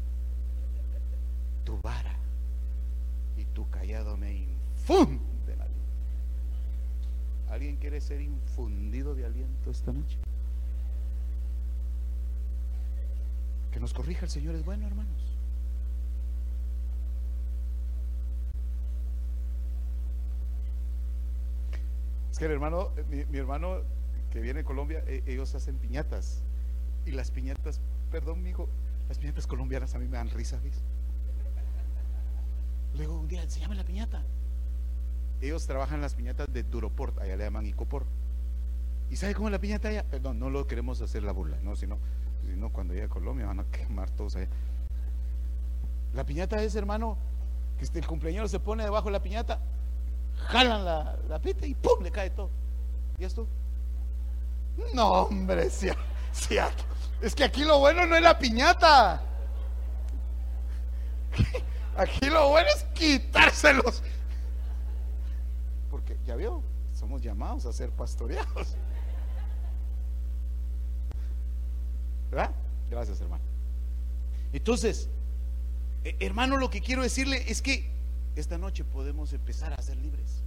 Tu vara y tu callado me infunden aliento. ¿Alguien quiere ser infundido de aliento esta noche? Que nos corrija el Señor es bueno, hermanos. Es que el hermano, mi, mi hermano que viene de Colombia, eh, ellos hacen piñatas. Y las piñatas, perdón, mijo, las piñatas colombianas a mí me dan risa, ¿ves? Luego un día, enséñame la piñata. Ellos trabajan las piñatas de Duroport, allá le llaman Icopor. ¿Y sabe cómo es la piñata allá? Perdón, no lo queremos hacer la burla, no, sino, sino cuando llegue a Colombia van a quemar todos allá. La piñata es, hermano, que este, el cumpleañero se pone debajo de la piñata, jalan la, la pita y ¡pum! Le cae todo. ¿Y esto? No, hombre, si, si, es que aquí lo bueno no es la piñata. Aquí lo bueno es quitárselos. Porque ya vio, somos llamados a ser pastoreados, ¿verdad? Gracias, hermano. Entonces, eh, hermano, lo que quiero decirle es que esta noche podemos empezar a ser libres.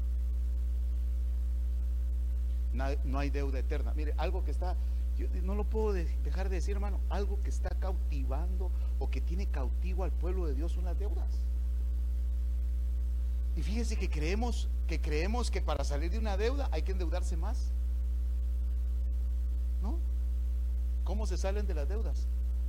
No, no hay deuda eterna. Mire, algo que está, yo no lo puedo de, dejar de decir, hermano, algo que está cautivando o que tiene cautivo al pueblo de Dios son las deudas. Y fíjense que creemos que creemos que para salir de una deuda hay que endeudarse más. ¿No? ¿Cómo se salen de las deudas?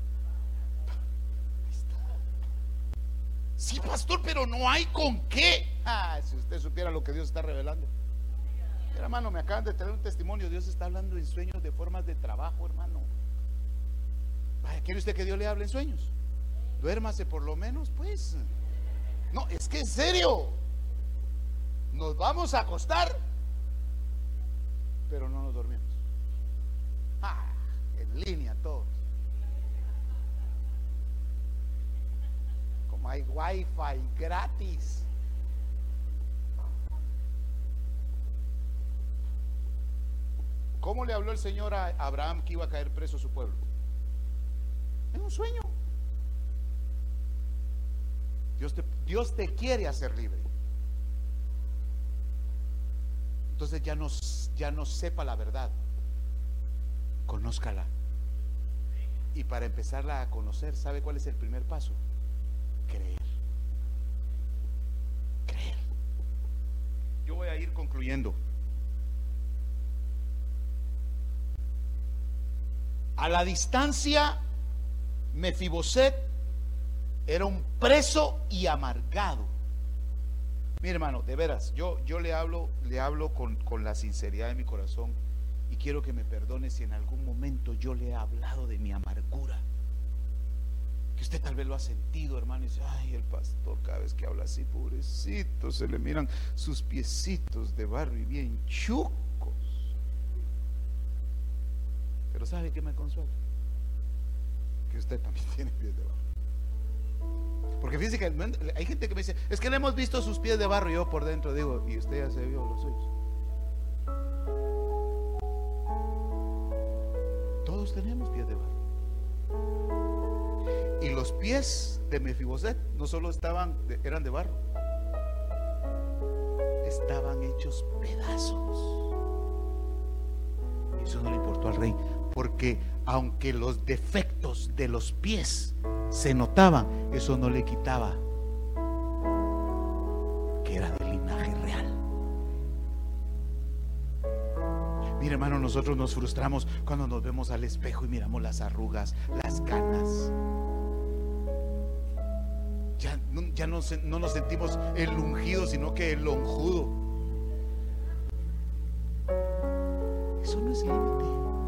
Ahí está. Sí, pastor, pero no hay con qué. Ah, si usted supiera lo que Dios está revelando. Mira, hermano, me acaban de traer un testimonio. Dios está hablando en sueños de formas de trabajo, hermano. Vaya, ¿quiere usted que Dios le hable en sueños? Duérmase por lo menos, pues. No, es que en serio. Nos vamos a acostar, pero no nos dormimos. Ah, en línea todos. Como hay wifi gratis, ¿Cómo le habló el Señor a Abraham que iba a caer preso a su pueblo? En un sueño. Dios te, Dios te quiere hacer libre. Entonces ya no, ya no sepa la verdad, conózcala. Y para empezarla a conocer, ¿sabe cuál es el primer paso? Creer. Creer. Yo voy a ir concluyendo. A la distancia, Mefiboset era un preso y amargado. Mi hermano, de veras, yo, yo le hablo, le hablo con, con la sinceridad de mi corazón, y quiero que me perdone si en algún momento yo le he hablado de mi amargura. Que usted tal vez lo ha sentido, hermano, y dice: ay, el pastor cada vez que habla así, pobrecito, se le miran sus piecitos de barro y bien chucos. Pero ¿sabe qué me consuela? Que usted también tiene pies de barro. Porque fíjese que hay gente que me dice: es que le hemos visto sus pies de barro. Y yo por dentro digo: y usted ya se vio los suyos. Todos tenemos pies de barro. Y los pies de Mefiboset no solo estaban de, eran de barro, estaban hechos pedazos. Y eso no le importó al rey, porque aunque los defectos de los pies se notaban, eso no le quitaba que era del linaje real. Mire, hermano, nosotros nos frustramos cuando nos vemos al espejo y miramos las arrugas, las canas. Ya, no, ya no, no nos sentimos el ungido, sino que el lonjudo. Eso no es límite.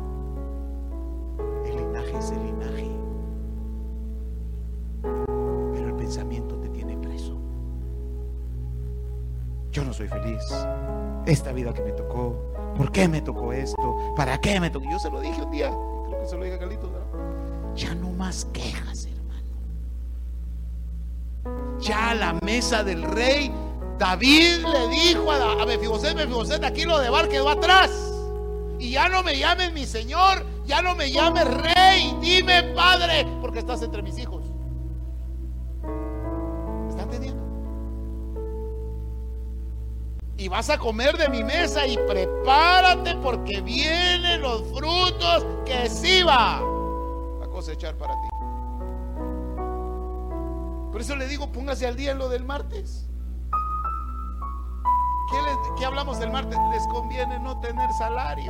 El linaje es el linaje. Pero el pensamiento te tiene preso. Yo no soy feliz. Esta vida que me tocó, ¿por qué me tocó esto? ¿Para qué me tocó? Yo se lo dije un día, creo que se lo dije a Carlitos, ¿no? Ya no más quejas, hermano. Ya a la mesa del rey, David le dijo a, a Mefiboset: Mefiboset, aquí lo de Bar quedó atrás. Y ya no me llames mi señor, ya no me llames rey, dime padre, porque estás entre mis hijos. ¿Me están entendiendo? Y vas a comer de mi mesa, y prepárate porque vienen los frutos que sí va a cosechar para ti. Por eso le digo: póngase al día en lo del martes. ¿Qué, les, ¿Qué hablamos del martes? Les conviene no tener salario.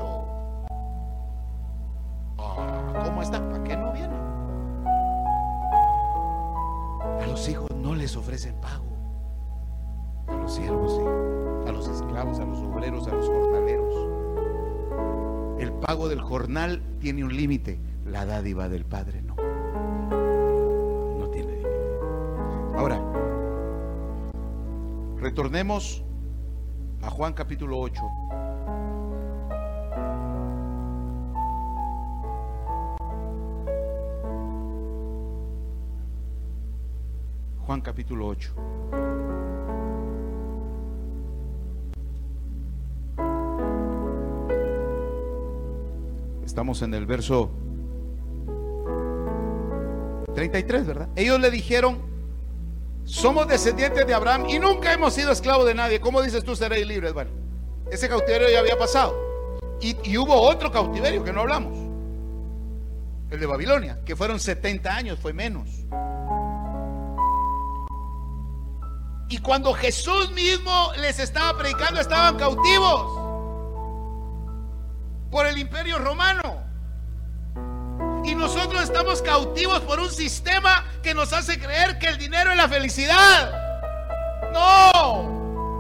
Ah, ¿cómo está? ¿Para qué no vienen? A los hijos no les ofrecen pago. A los siervos sí. A los esclavos, a los obreros, a los jornaleros. El pago del jornal tiene un límite. La dádiva del Padre no. No tiene límite. Ahora, retornemos a Juan capítulo ocho. Juan capítulo ocho. Estamos en el verso treinta y tres, ¿verdad? Ellos le dijeron: somos descendientes de Abraham y nunca hemos sido esclavos de nadie. ¿Cómo dices tú seréis libres? Bueno, ese cautiverio ya había pasado. Y, y hubo otro cautiverio que no hablamos, el de Babilonia, que fueron setenta años, fue menos. Y cuando Jesús mismo les estaba predicando, estaban cautivos por el imperio romano. Y nosotros estamos cautivos por un sistema que nos hace creer que el dinero es la felicidad. No.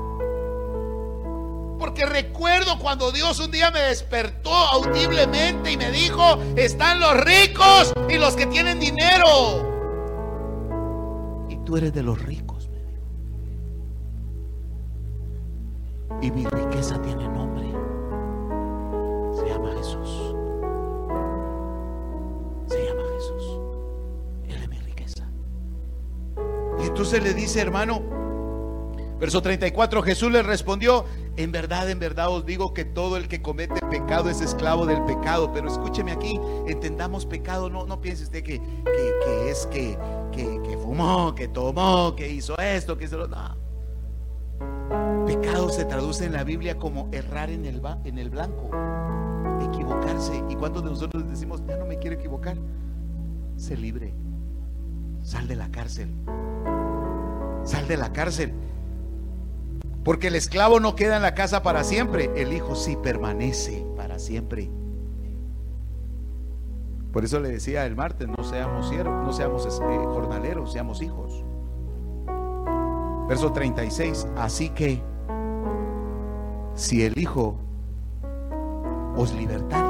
Porque recuerdo cuando Dios un día me despertó audiblemente y me dijo: están los ricos y los que tienen dinero. Y tú eres de los ricos, me dijo. Y mi riqueza tiene nombre. Se llama Jesús. Se llama Jesús. Él es mi riqueza. Y entonces le dice, hermano, verso treinta y cuatro, Jesús le respondió: En verdad, en verdad os digo que todo el que comete pecado es esclavo del pecado. Pero escúcheme aquí, entendamos pecado. No, no piense usted que, que, que es que, que, que fumó, que tomó, que hizo esto, que hizo lo no. Pecado se traduce en la Biblia como errar en el, en el blanco, equivocarse. ¿Y cuántos de nosotros decimos, ya no me quiero equivocar? Sé libre, sal de la cárcel, sal de la cárcel. Porque el esclavo no queda en la casa para siempre, el hijo sí permanece para siempre. Por eso le decía el martes, no seamos siervos, no seamos eh, jornaleros, seamos hijos. Verso treinta y seis, así que si el Hijo os libertare,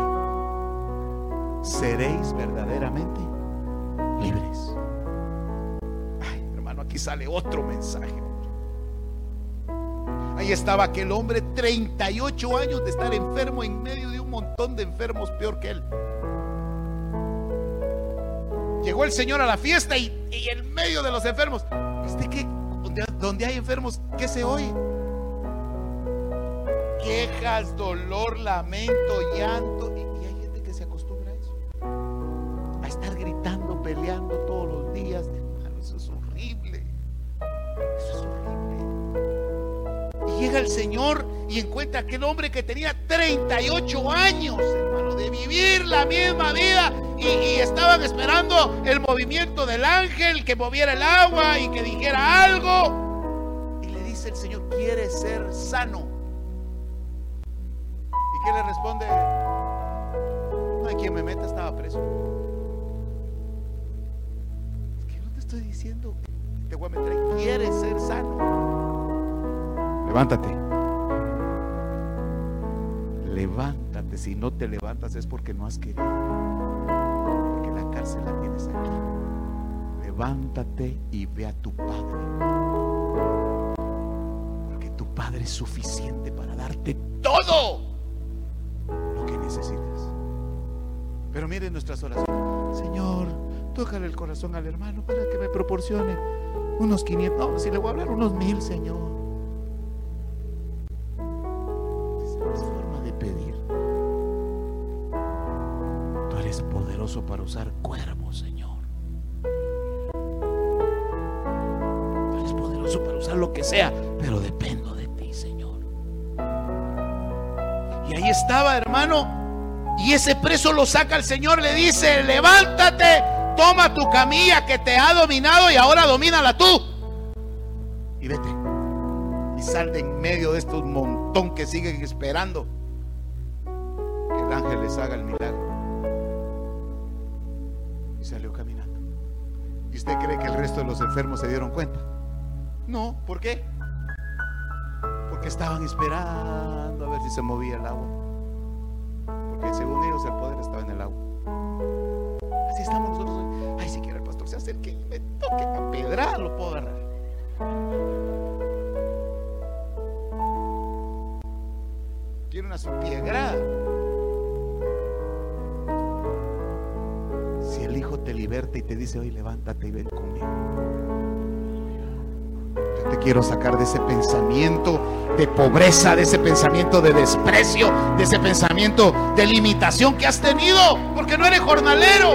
seréis verdaderamente libres. Ay, hermano, aquí sale otro mensaje. Ahí estaba aquel hombre, treinta y ocho años de estar enfermo en medio de un montón de enfermos peor que él. Llegó el Señor a la fiesta y, y en medio de los enfermos, ¿viste qué? Donde, donde hay enfermos, ¿qué se oye? Quejas, dolor, lamento, llanto. Y, y hay gente que se acostumbra a eso, a estar gritando, peleando todos los días. Hermano, eso es horrible. Eso es horrible. Y llega el Señor y encuentra a aquel hombre que tenía treinta y ocho años, hermano, de vivir la misma vida. Y, y estaban esperando el movimiento del ángel que moviera el agua y que dijera algo. Y le dice el Señor, ¿quieres ser sano? ¿Y qué le responde? No hay quien me meta, estaba preso. Es que no te estoy diciendo que te voy a meter. ¿Quieres ser sano? Levántate. Levántate. Si no te levantas es porque no has querido. Porque la cárcel la tienes aquí. Levántate y ve a tu Padre. Porque tu Padre es suficiente para darte todo lo que necesitas. Pero miren nuestras oraciones. Señor, tócale el corazón al hermano para que me proporcione unos quinientos. No, si le voy a hablar unos mil, Señor. Pedir. Tú eres poderoso para usar cuervos, Señor. Tú eres poderoso para usar lo que sea, pero dependo de ti, Señor. Y ahí estaba, hermano, y ese preso lo saca el Señor, le dice, levántate, toma tu camilla que te ha dominado y ahora domínala tú. Y vete. Y sal de en medio de estos montón que siguen esperando el ángel les haga el milagro. Y salió caminando. ¿Y usted cree que el resto de los enfermos se dieron cuenta? No, ¿por qué? Porque estaban esperando a ver si se movía el agua. Porque según ellos el poder estaba en el agua. Así estamos nosotros hoy. Ay, si quiere el pastor se acerque y me toque a pedrada, lo puedo agarrar. Quiere una piedrada. Si el Hijo te liberta y te dice, hoy levántate y ven conmigo. Yo te quiero sacar de ese pensamiento de pobreza, de ese pensamiento de desprecio, de ese pensamiento de limitación que has tenido, porque no eres jornalero.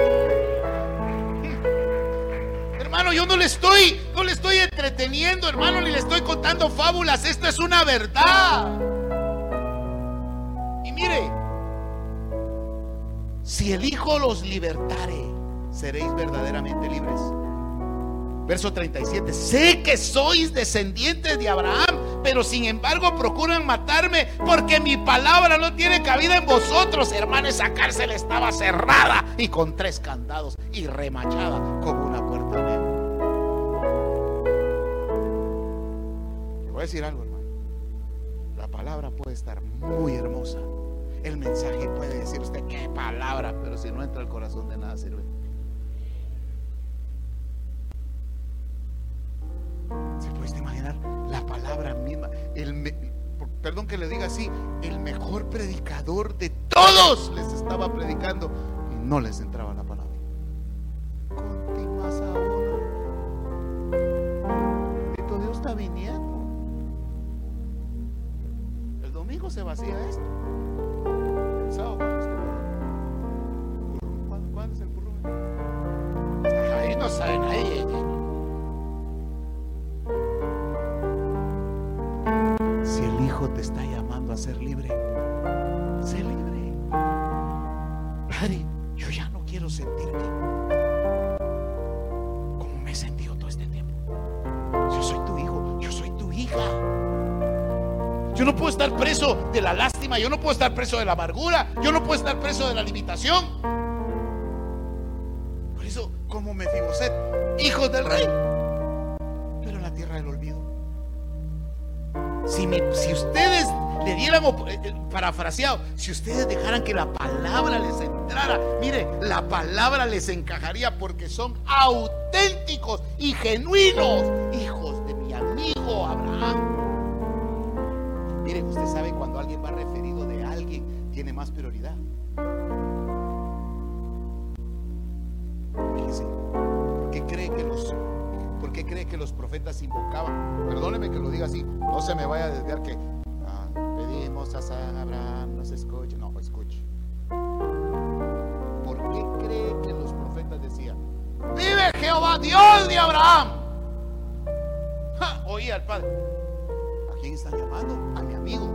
Hermano, yo no le estoy, no le estoy entreteniendo, hermano, ni le estoy contando fábulas. Esto es una verdad. Y mire, si el Hijo los libertare, seréis verdaderamente libres. Verso treinta y siete. Sé que sois descendientes de Abraham, pero sin embargo procuran matarme, porque mi palabra no tiene cabida en vosotros. Hermano, esa cárcel estaba cerrada y con tres candados y remachada como una puerta negra. Le voy a decir algo, hermano. La palabra puede estar muy hermosa. El mensaje puede decir usted qué palabra, pero si no entra al corazón, de nada sirve. ¿Se puede imaginar la palabra misma? El me, perdón que le diga así, el mejor predicador de todos les estaba predicando y no les entraba la palabra. Continuas ahora. Bendito Dios, está viniendo. domingo se vacía esto. El sábado, ¿cuándo es el ¿Cuándo, ¿cuándo es el currum? Ahí no saben, ahí. Si el Hijo te está llamando a ser libre, sé libre. Padre, yo ya no quiero sentirme como me he sentido todo este tiempo. Yo soy tu hijo, yo soy tu hija. Yo no puedo estar preso de la lástima, yo no puedo estar preso de la amargura, yo no puedo estar preso de la limitación. Por eso, como Mefiboset, hijos del rey, pero en la tierra del olvido. Si, mi, si ustedes le dieran, eh, parafraseado, si ustedes dejaran que la palabra les entrara, mire, la palabra les encajaría, porque son auténticos y genuinos hijos de mi amigo Abraham. Mire, usted sabe cuando alguien va referido de alguien, tiene más prioridad. Fíjese, ¿por qué cree que los, por qué cree que los profetas invocaban? Perdóneme que lo diga así, no se me vaya a desviar que ah, pedimos a San Abraham, nos escuche. No, escuche. ¿Por qué cree que los profetas decían: vive Jehová, Dios de Abraham? Ja, oía al padre. ¿A quién están llamando? A mi amigo.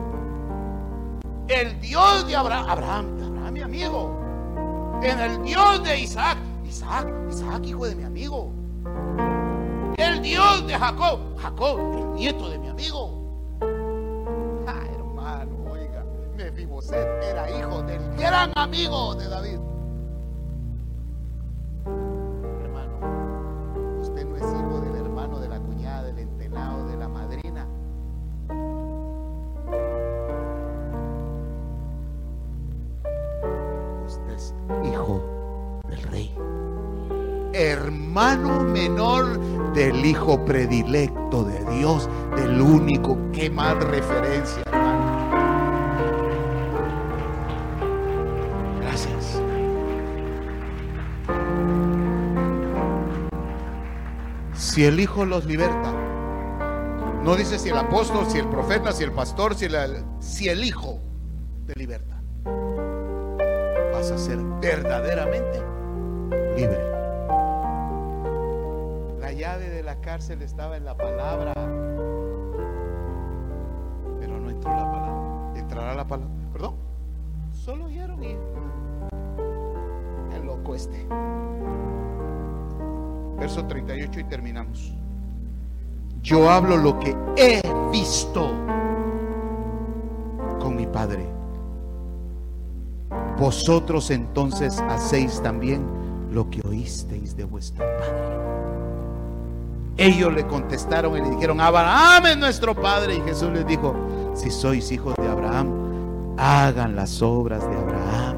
El Dios de Abraham, Abraham, Abraham mi amigo. En el Dios de Isaac, Isaac, Isaac hijo de mi amigo. El Dios de Jacob, Jacob, el nieto de mi amigo. Ah, hermano, oiga, Mefiboset era hijo del gran amigo de David. Hermano, usted no es hijo del hermano, de la cuñada, del entelado, de la madrina. Usted es hijo del rey, hermano menor del hijo predilecto de Dios, del único. Que más referencia, hermano. Gracias. Si el Hijo los liberta, no dice si el apóstol, si el profeta, si el pastor, si, la, si el Hijo te liberta, vas a ser verdaderamente libre. La llave de la cárcel estaba en la palabra, pero no entró la palabra. ¿Entrará la palabra? Perdón, solo oyeron y el loco este. Verso treinta y ocho y terminamos. Yo hablo lo que he visto con mi Padre. Vosotros entonces hacéis también lo que oísteis de vuestro Padre. Ellos le contestaron y le dijeron: Abraham es nuestro padre. Y Jesús les dijo: si sois hijos de Abraham, hagan las obras de Abraham.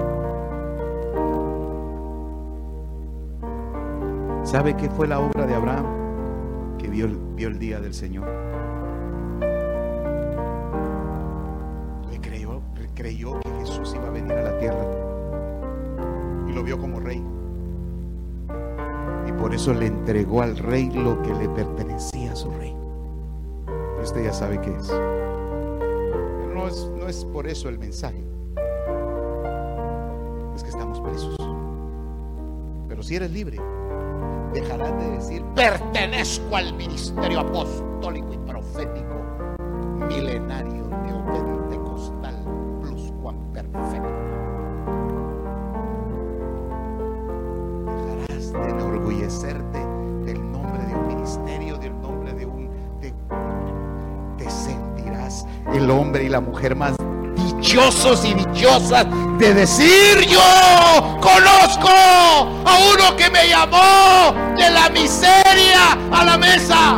¿Sabe qué fue la obra de Abraham? Que vio, vio el día del Señor. Le creyó, le creyó que Jesús iba a venir a la tierra y lo vio como rey. Y por eso le entregó al rey lo que le pertenecía a su rey. Y usted ya sabe qué es. Pero no es, no es por eso el mensaje. Es que estamos presos. Pero si eres libre, dejarás de decir: pertenezco al ministerio apostólico y profético milenario neopentecostal pluscuamperfecto. Dejarás de enorgullecerte del nombre de un ministerio, del nombre de un... De, te sentirás el hombre y la mujer más dichosos y dichosas de decir: yo conozco a uno que me llamó de la miseria a la mesa,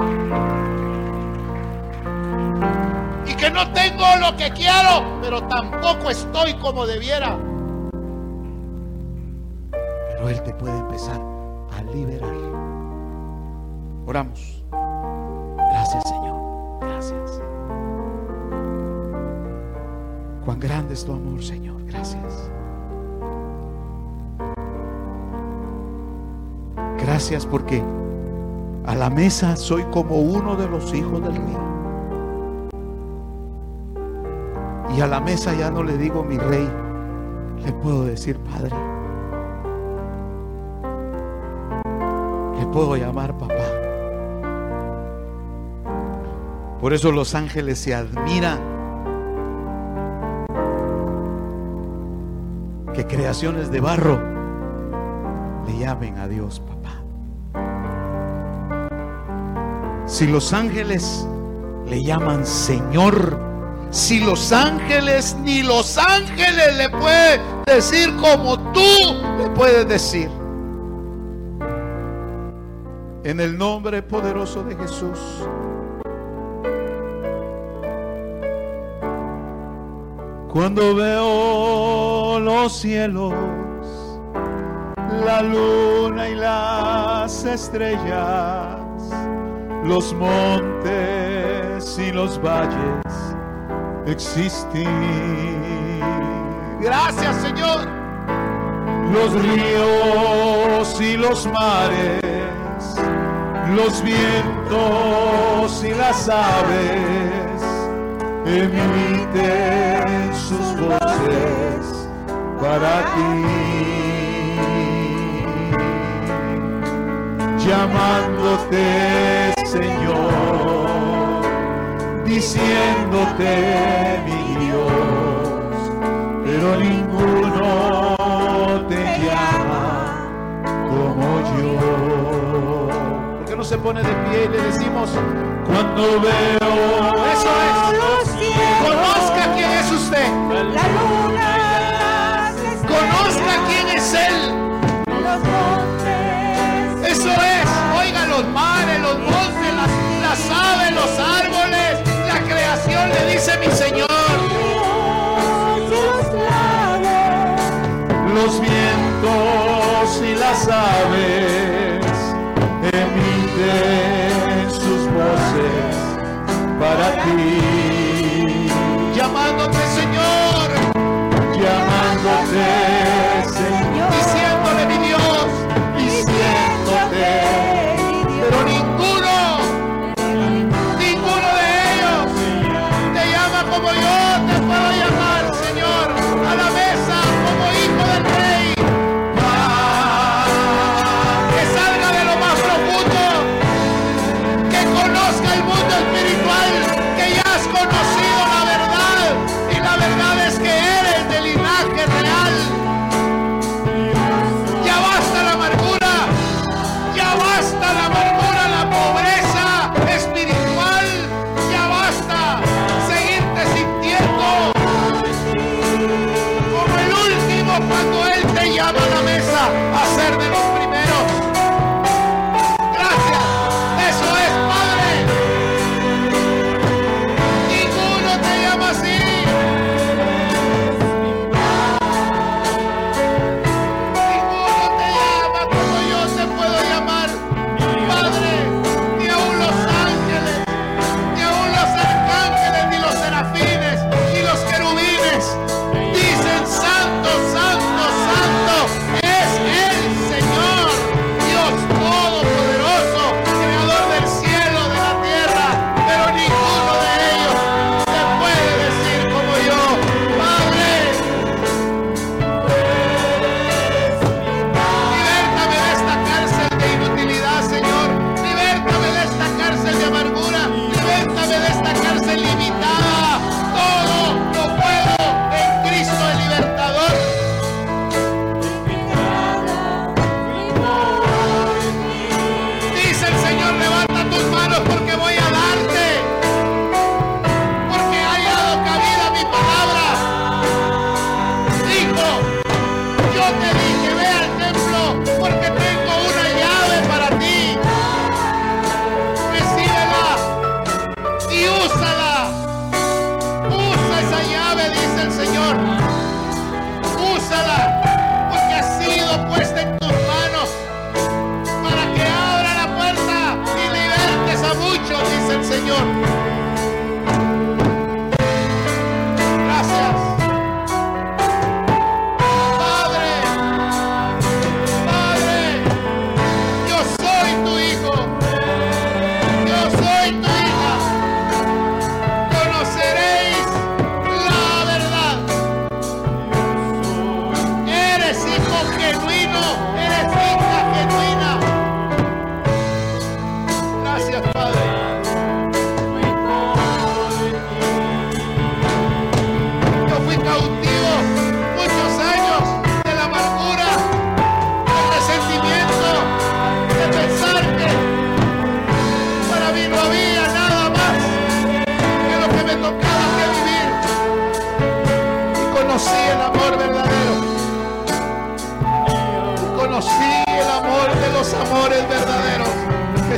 y que no tengo lo que quiero, pero tampoco estoy como debiera. Pero Él te puede empezar a liberar. Oramos. Gracias, Señor. Gracias. Cuán grande es tu amor, Señor. Gracias. Gracias porque a la mesa soy como uno de los hijos del rey. Y a la mesa ya no le digo mi rey, le puedo decir Padre. Le puedo llamar papá. Por eso los ángeles se admiran que creaciones de barro le llamen a Dios papá. Si los ángeles le llaman Señor, si los ángeles, ni los ángeles le pueden decir como tú le puedes decir. En el nombre poderoso de Jesús. Cuando veo los cielos, la luna y las estrellas, los montes y los valles existir. Gracias, Señor. Los ríos y los mares, los vientos y las aves emiten sus voces para ti, llamándote Señor, diciéndote mi Dios, pero ninguno te llama como yo. ¿Por qué no se pone de pie y le decimos, cuando veo, eso es, conozca quién es usted, la luna, conozca quién es Él, los montes, eso es, oiga los mares, los montes, las, las aves, los árboles, la creación le dice mi Señor. Los vientos y las aves emiten sus voces para ti, llamándote Señor, llamándote Señor, diciéndole mi Dios, diciéndote, pero ninguno, ninguno de ellos te llama como yo te puedo llamar, Señor, a la mesa como hijo del Rey.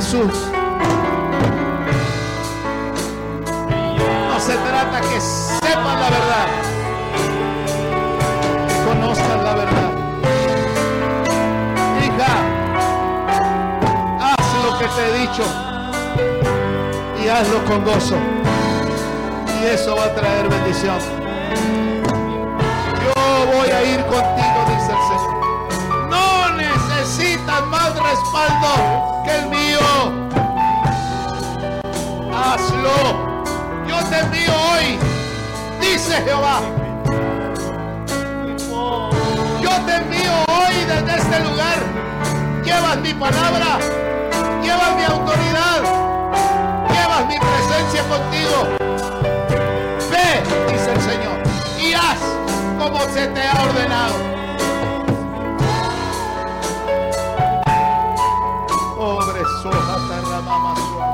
Jesús. No se trata que sepan la verdad, que conozcan la verdad. Hija, haz lo que te he dicho y hazlo con gozo, y eso va a traer bendición. Yo voy a ir contigo, dice el Señor. No necesitas más respaldo que el mío. Hazlo. Yo te envío hoy, dice Jehová. Yo te envío hoy desde este lugar. Llevas mi palabra, llevas mi autoridad, llevas mi presencia contigo. Ve, dice el Señor, y haz como se te ha ordenado. Pobre soja, ramama.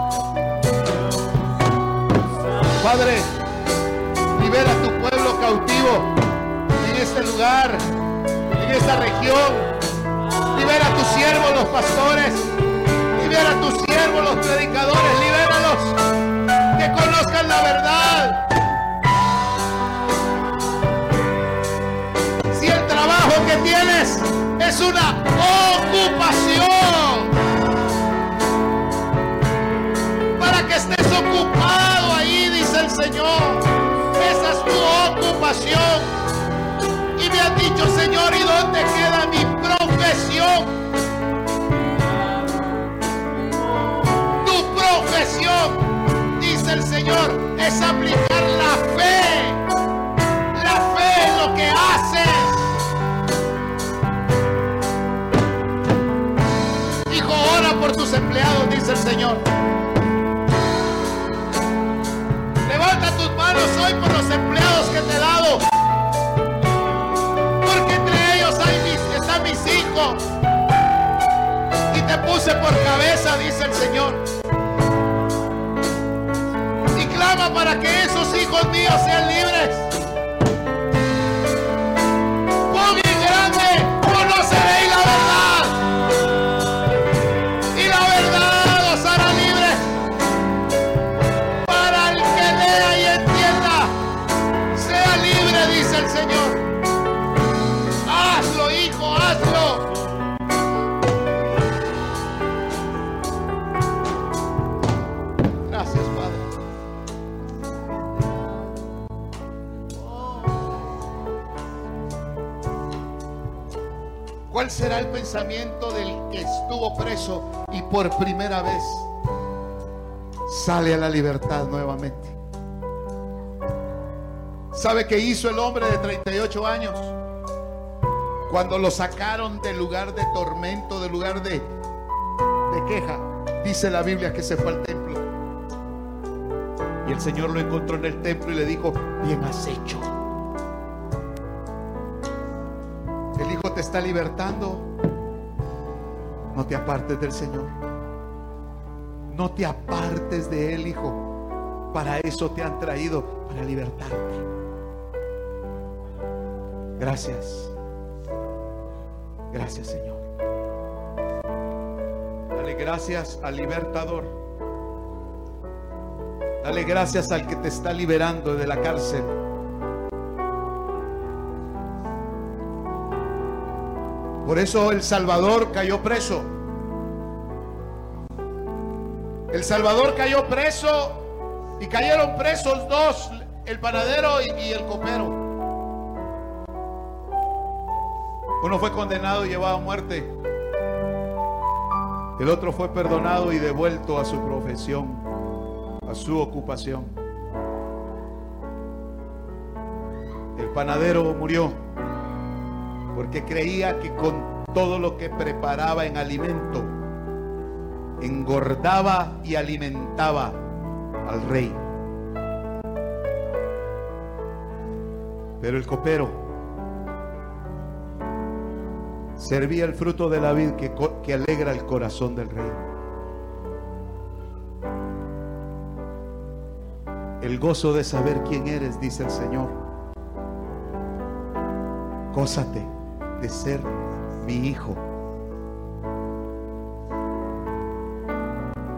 Padre, libera a tu pueblo cautivo en este lugar, en esta región. Libera a tus siervos, los pastores. Libera a tus siervos, los predicadores. Libéralos, que conozcan la verdad. Si el trabajo que tienes es una ocupación, para que estés ocupado ahí, dice el Señor. Esa es tu ocupación. Y me has dicho, Señor, ¿y dónde queda mi profesión? Tu profesión, dice el Señor, es aplicar la fe. La fe en lo que haces. Hijo, ora por tus empleados, dice el Señor. Levanta tus manos hoy por los empleados que te he dado, porque entre ellos hay mis, están mis hijos, y te puse por cabeza, dice el Señor. Y clama para que esos hijos míos sean libres. Pon bien grande, conoceréis la verdad, y la verdad os hará libres. Para el que lea y entienda, sea libre, dice el Señor. Hazlo, hijo, hazlo. Gracias, Padre. ¿Cuál será el pensamiento del que estuvo preso y por primera vez sale a la libertad nuevamente? ¿Sabe qué hizo el hombre de treinta y ocho años? Cuando lo sacaron del lugar de tormento, del lugar de, de queja, dice la Biblia que se fue al templo. Y el Señor lo encontró en el templo y le dijo: bien has hecho. El Hijo te está libertando. No te apartes del Señor. No te apartes de Él, hijo. Para eso te han traído, para libertarte. Gracias. Gracias, Señor. Dale gracias al libertador. Dale gracias al que te está liberando de la cárcel. Por eso el Salvador cayó preso. El Salvador cayó preso y cayeron presos dos, el panadero y, y el copero. Uno fue condenado y llevado a muerte. El otro fue perdonado y devuelto a su profesión, a su ocupación. El panadero murió porque creía que con todo lo que preparaba en alimento engordaba y alimentaba al rey. Pero el copero servía el fruto de la vid que, que alegra el corazón del rey. El gozo de saber quién eres, dice el Señor. Gózate de ser mi hijo.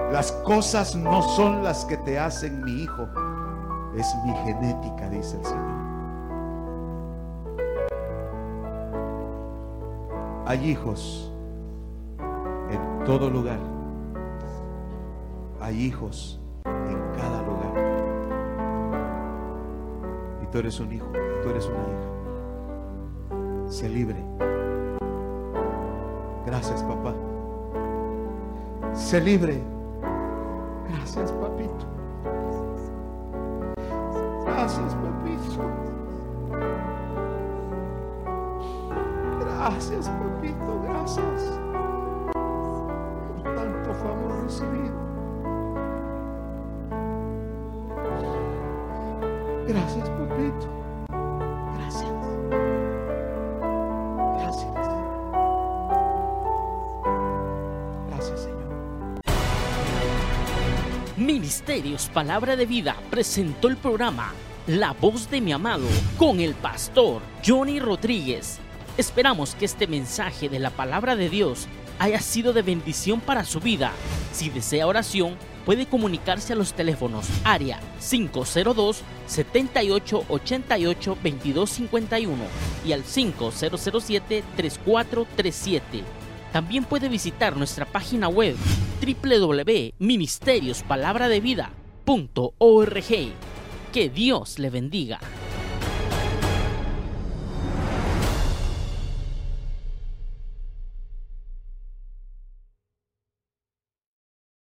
Las cosas no son las que te hacen mi hijo, es mi genética, dice el Señor. Hay hijos en todo lugar. Hay hijos en cada lugar. Y tú eres un hijo, tú eres una hija. Sé libre. Gracias, papá. Sé libre. Gracias, papito. Gracias, papito. Gracias, papito. Gracias por tanto favor recibido. Gracias, papito. Gracias. Gracias. Gracias, Señor. Ministerios Palabra de Vida presentó el programa La Voz de mi Amado con el pastor Johnny Rodríguez. Esperamos que este mensaje de la Palabra de Dios haya sido de bendición para su vida. Si desea oración, puede comunicarse a los teléfonos área cinco cero dos, siete ocho ocho ocho, dos dos cinco uno y al cinco cero cero siete, tres cuatro tres siete. También puede visitar nuestra página web doble u doble u doble u punto ministerios palabra de vida punto org. Que Dios le bendiga.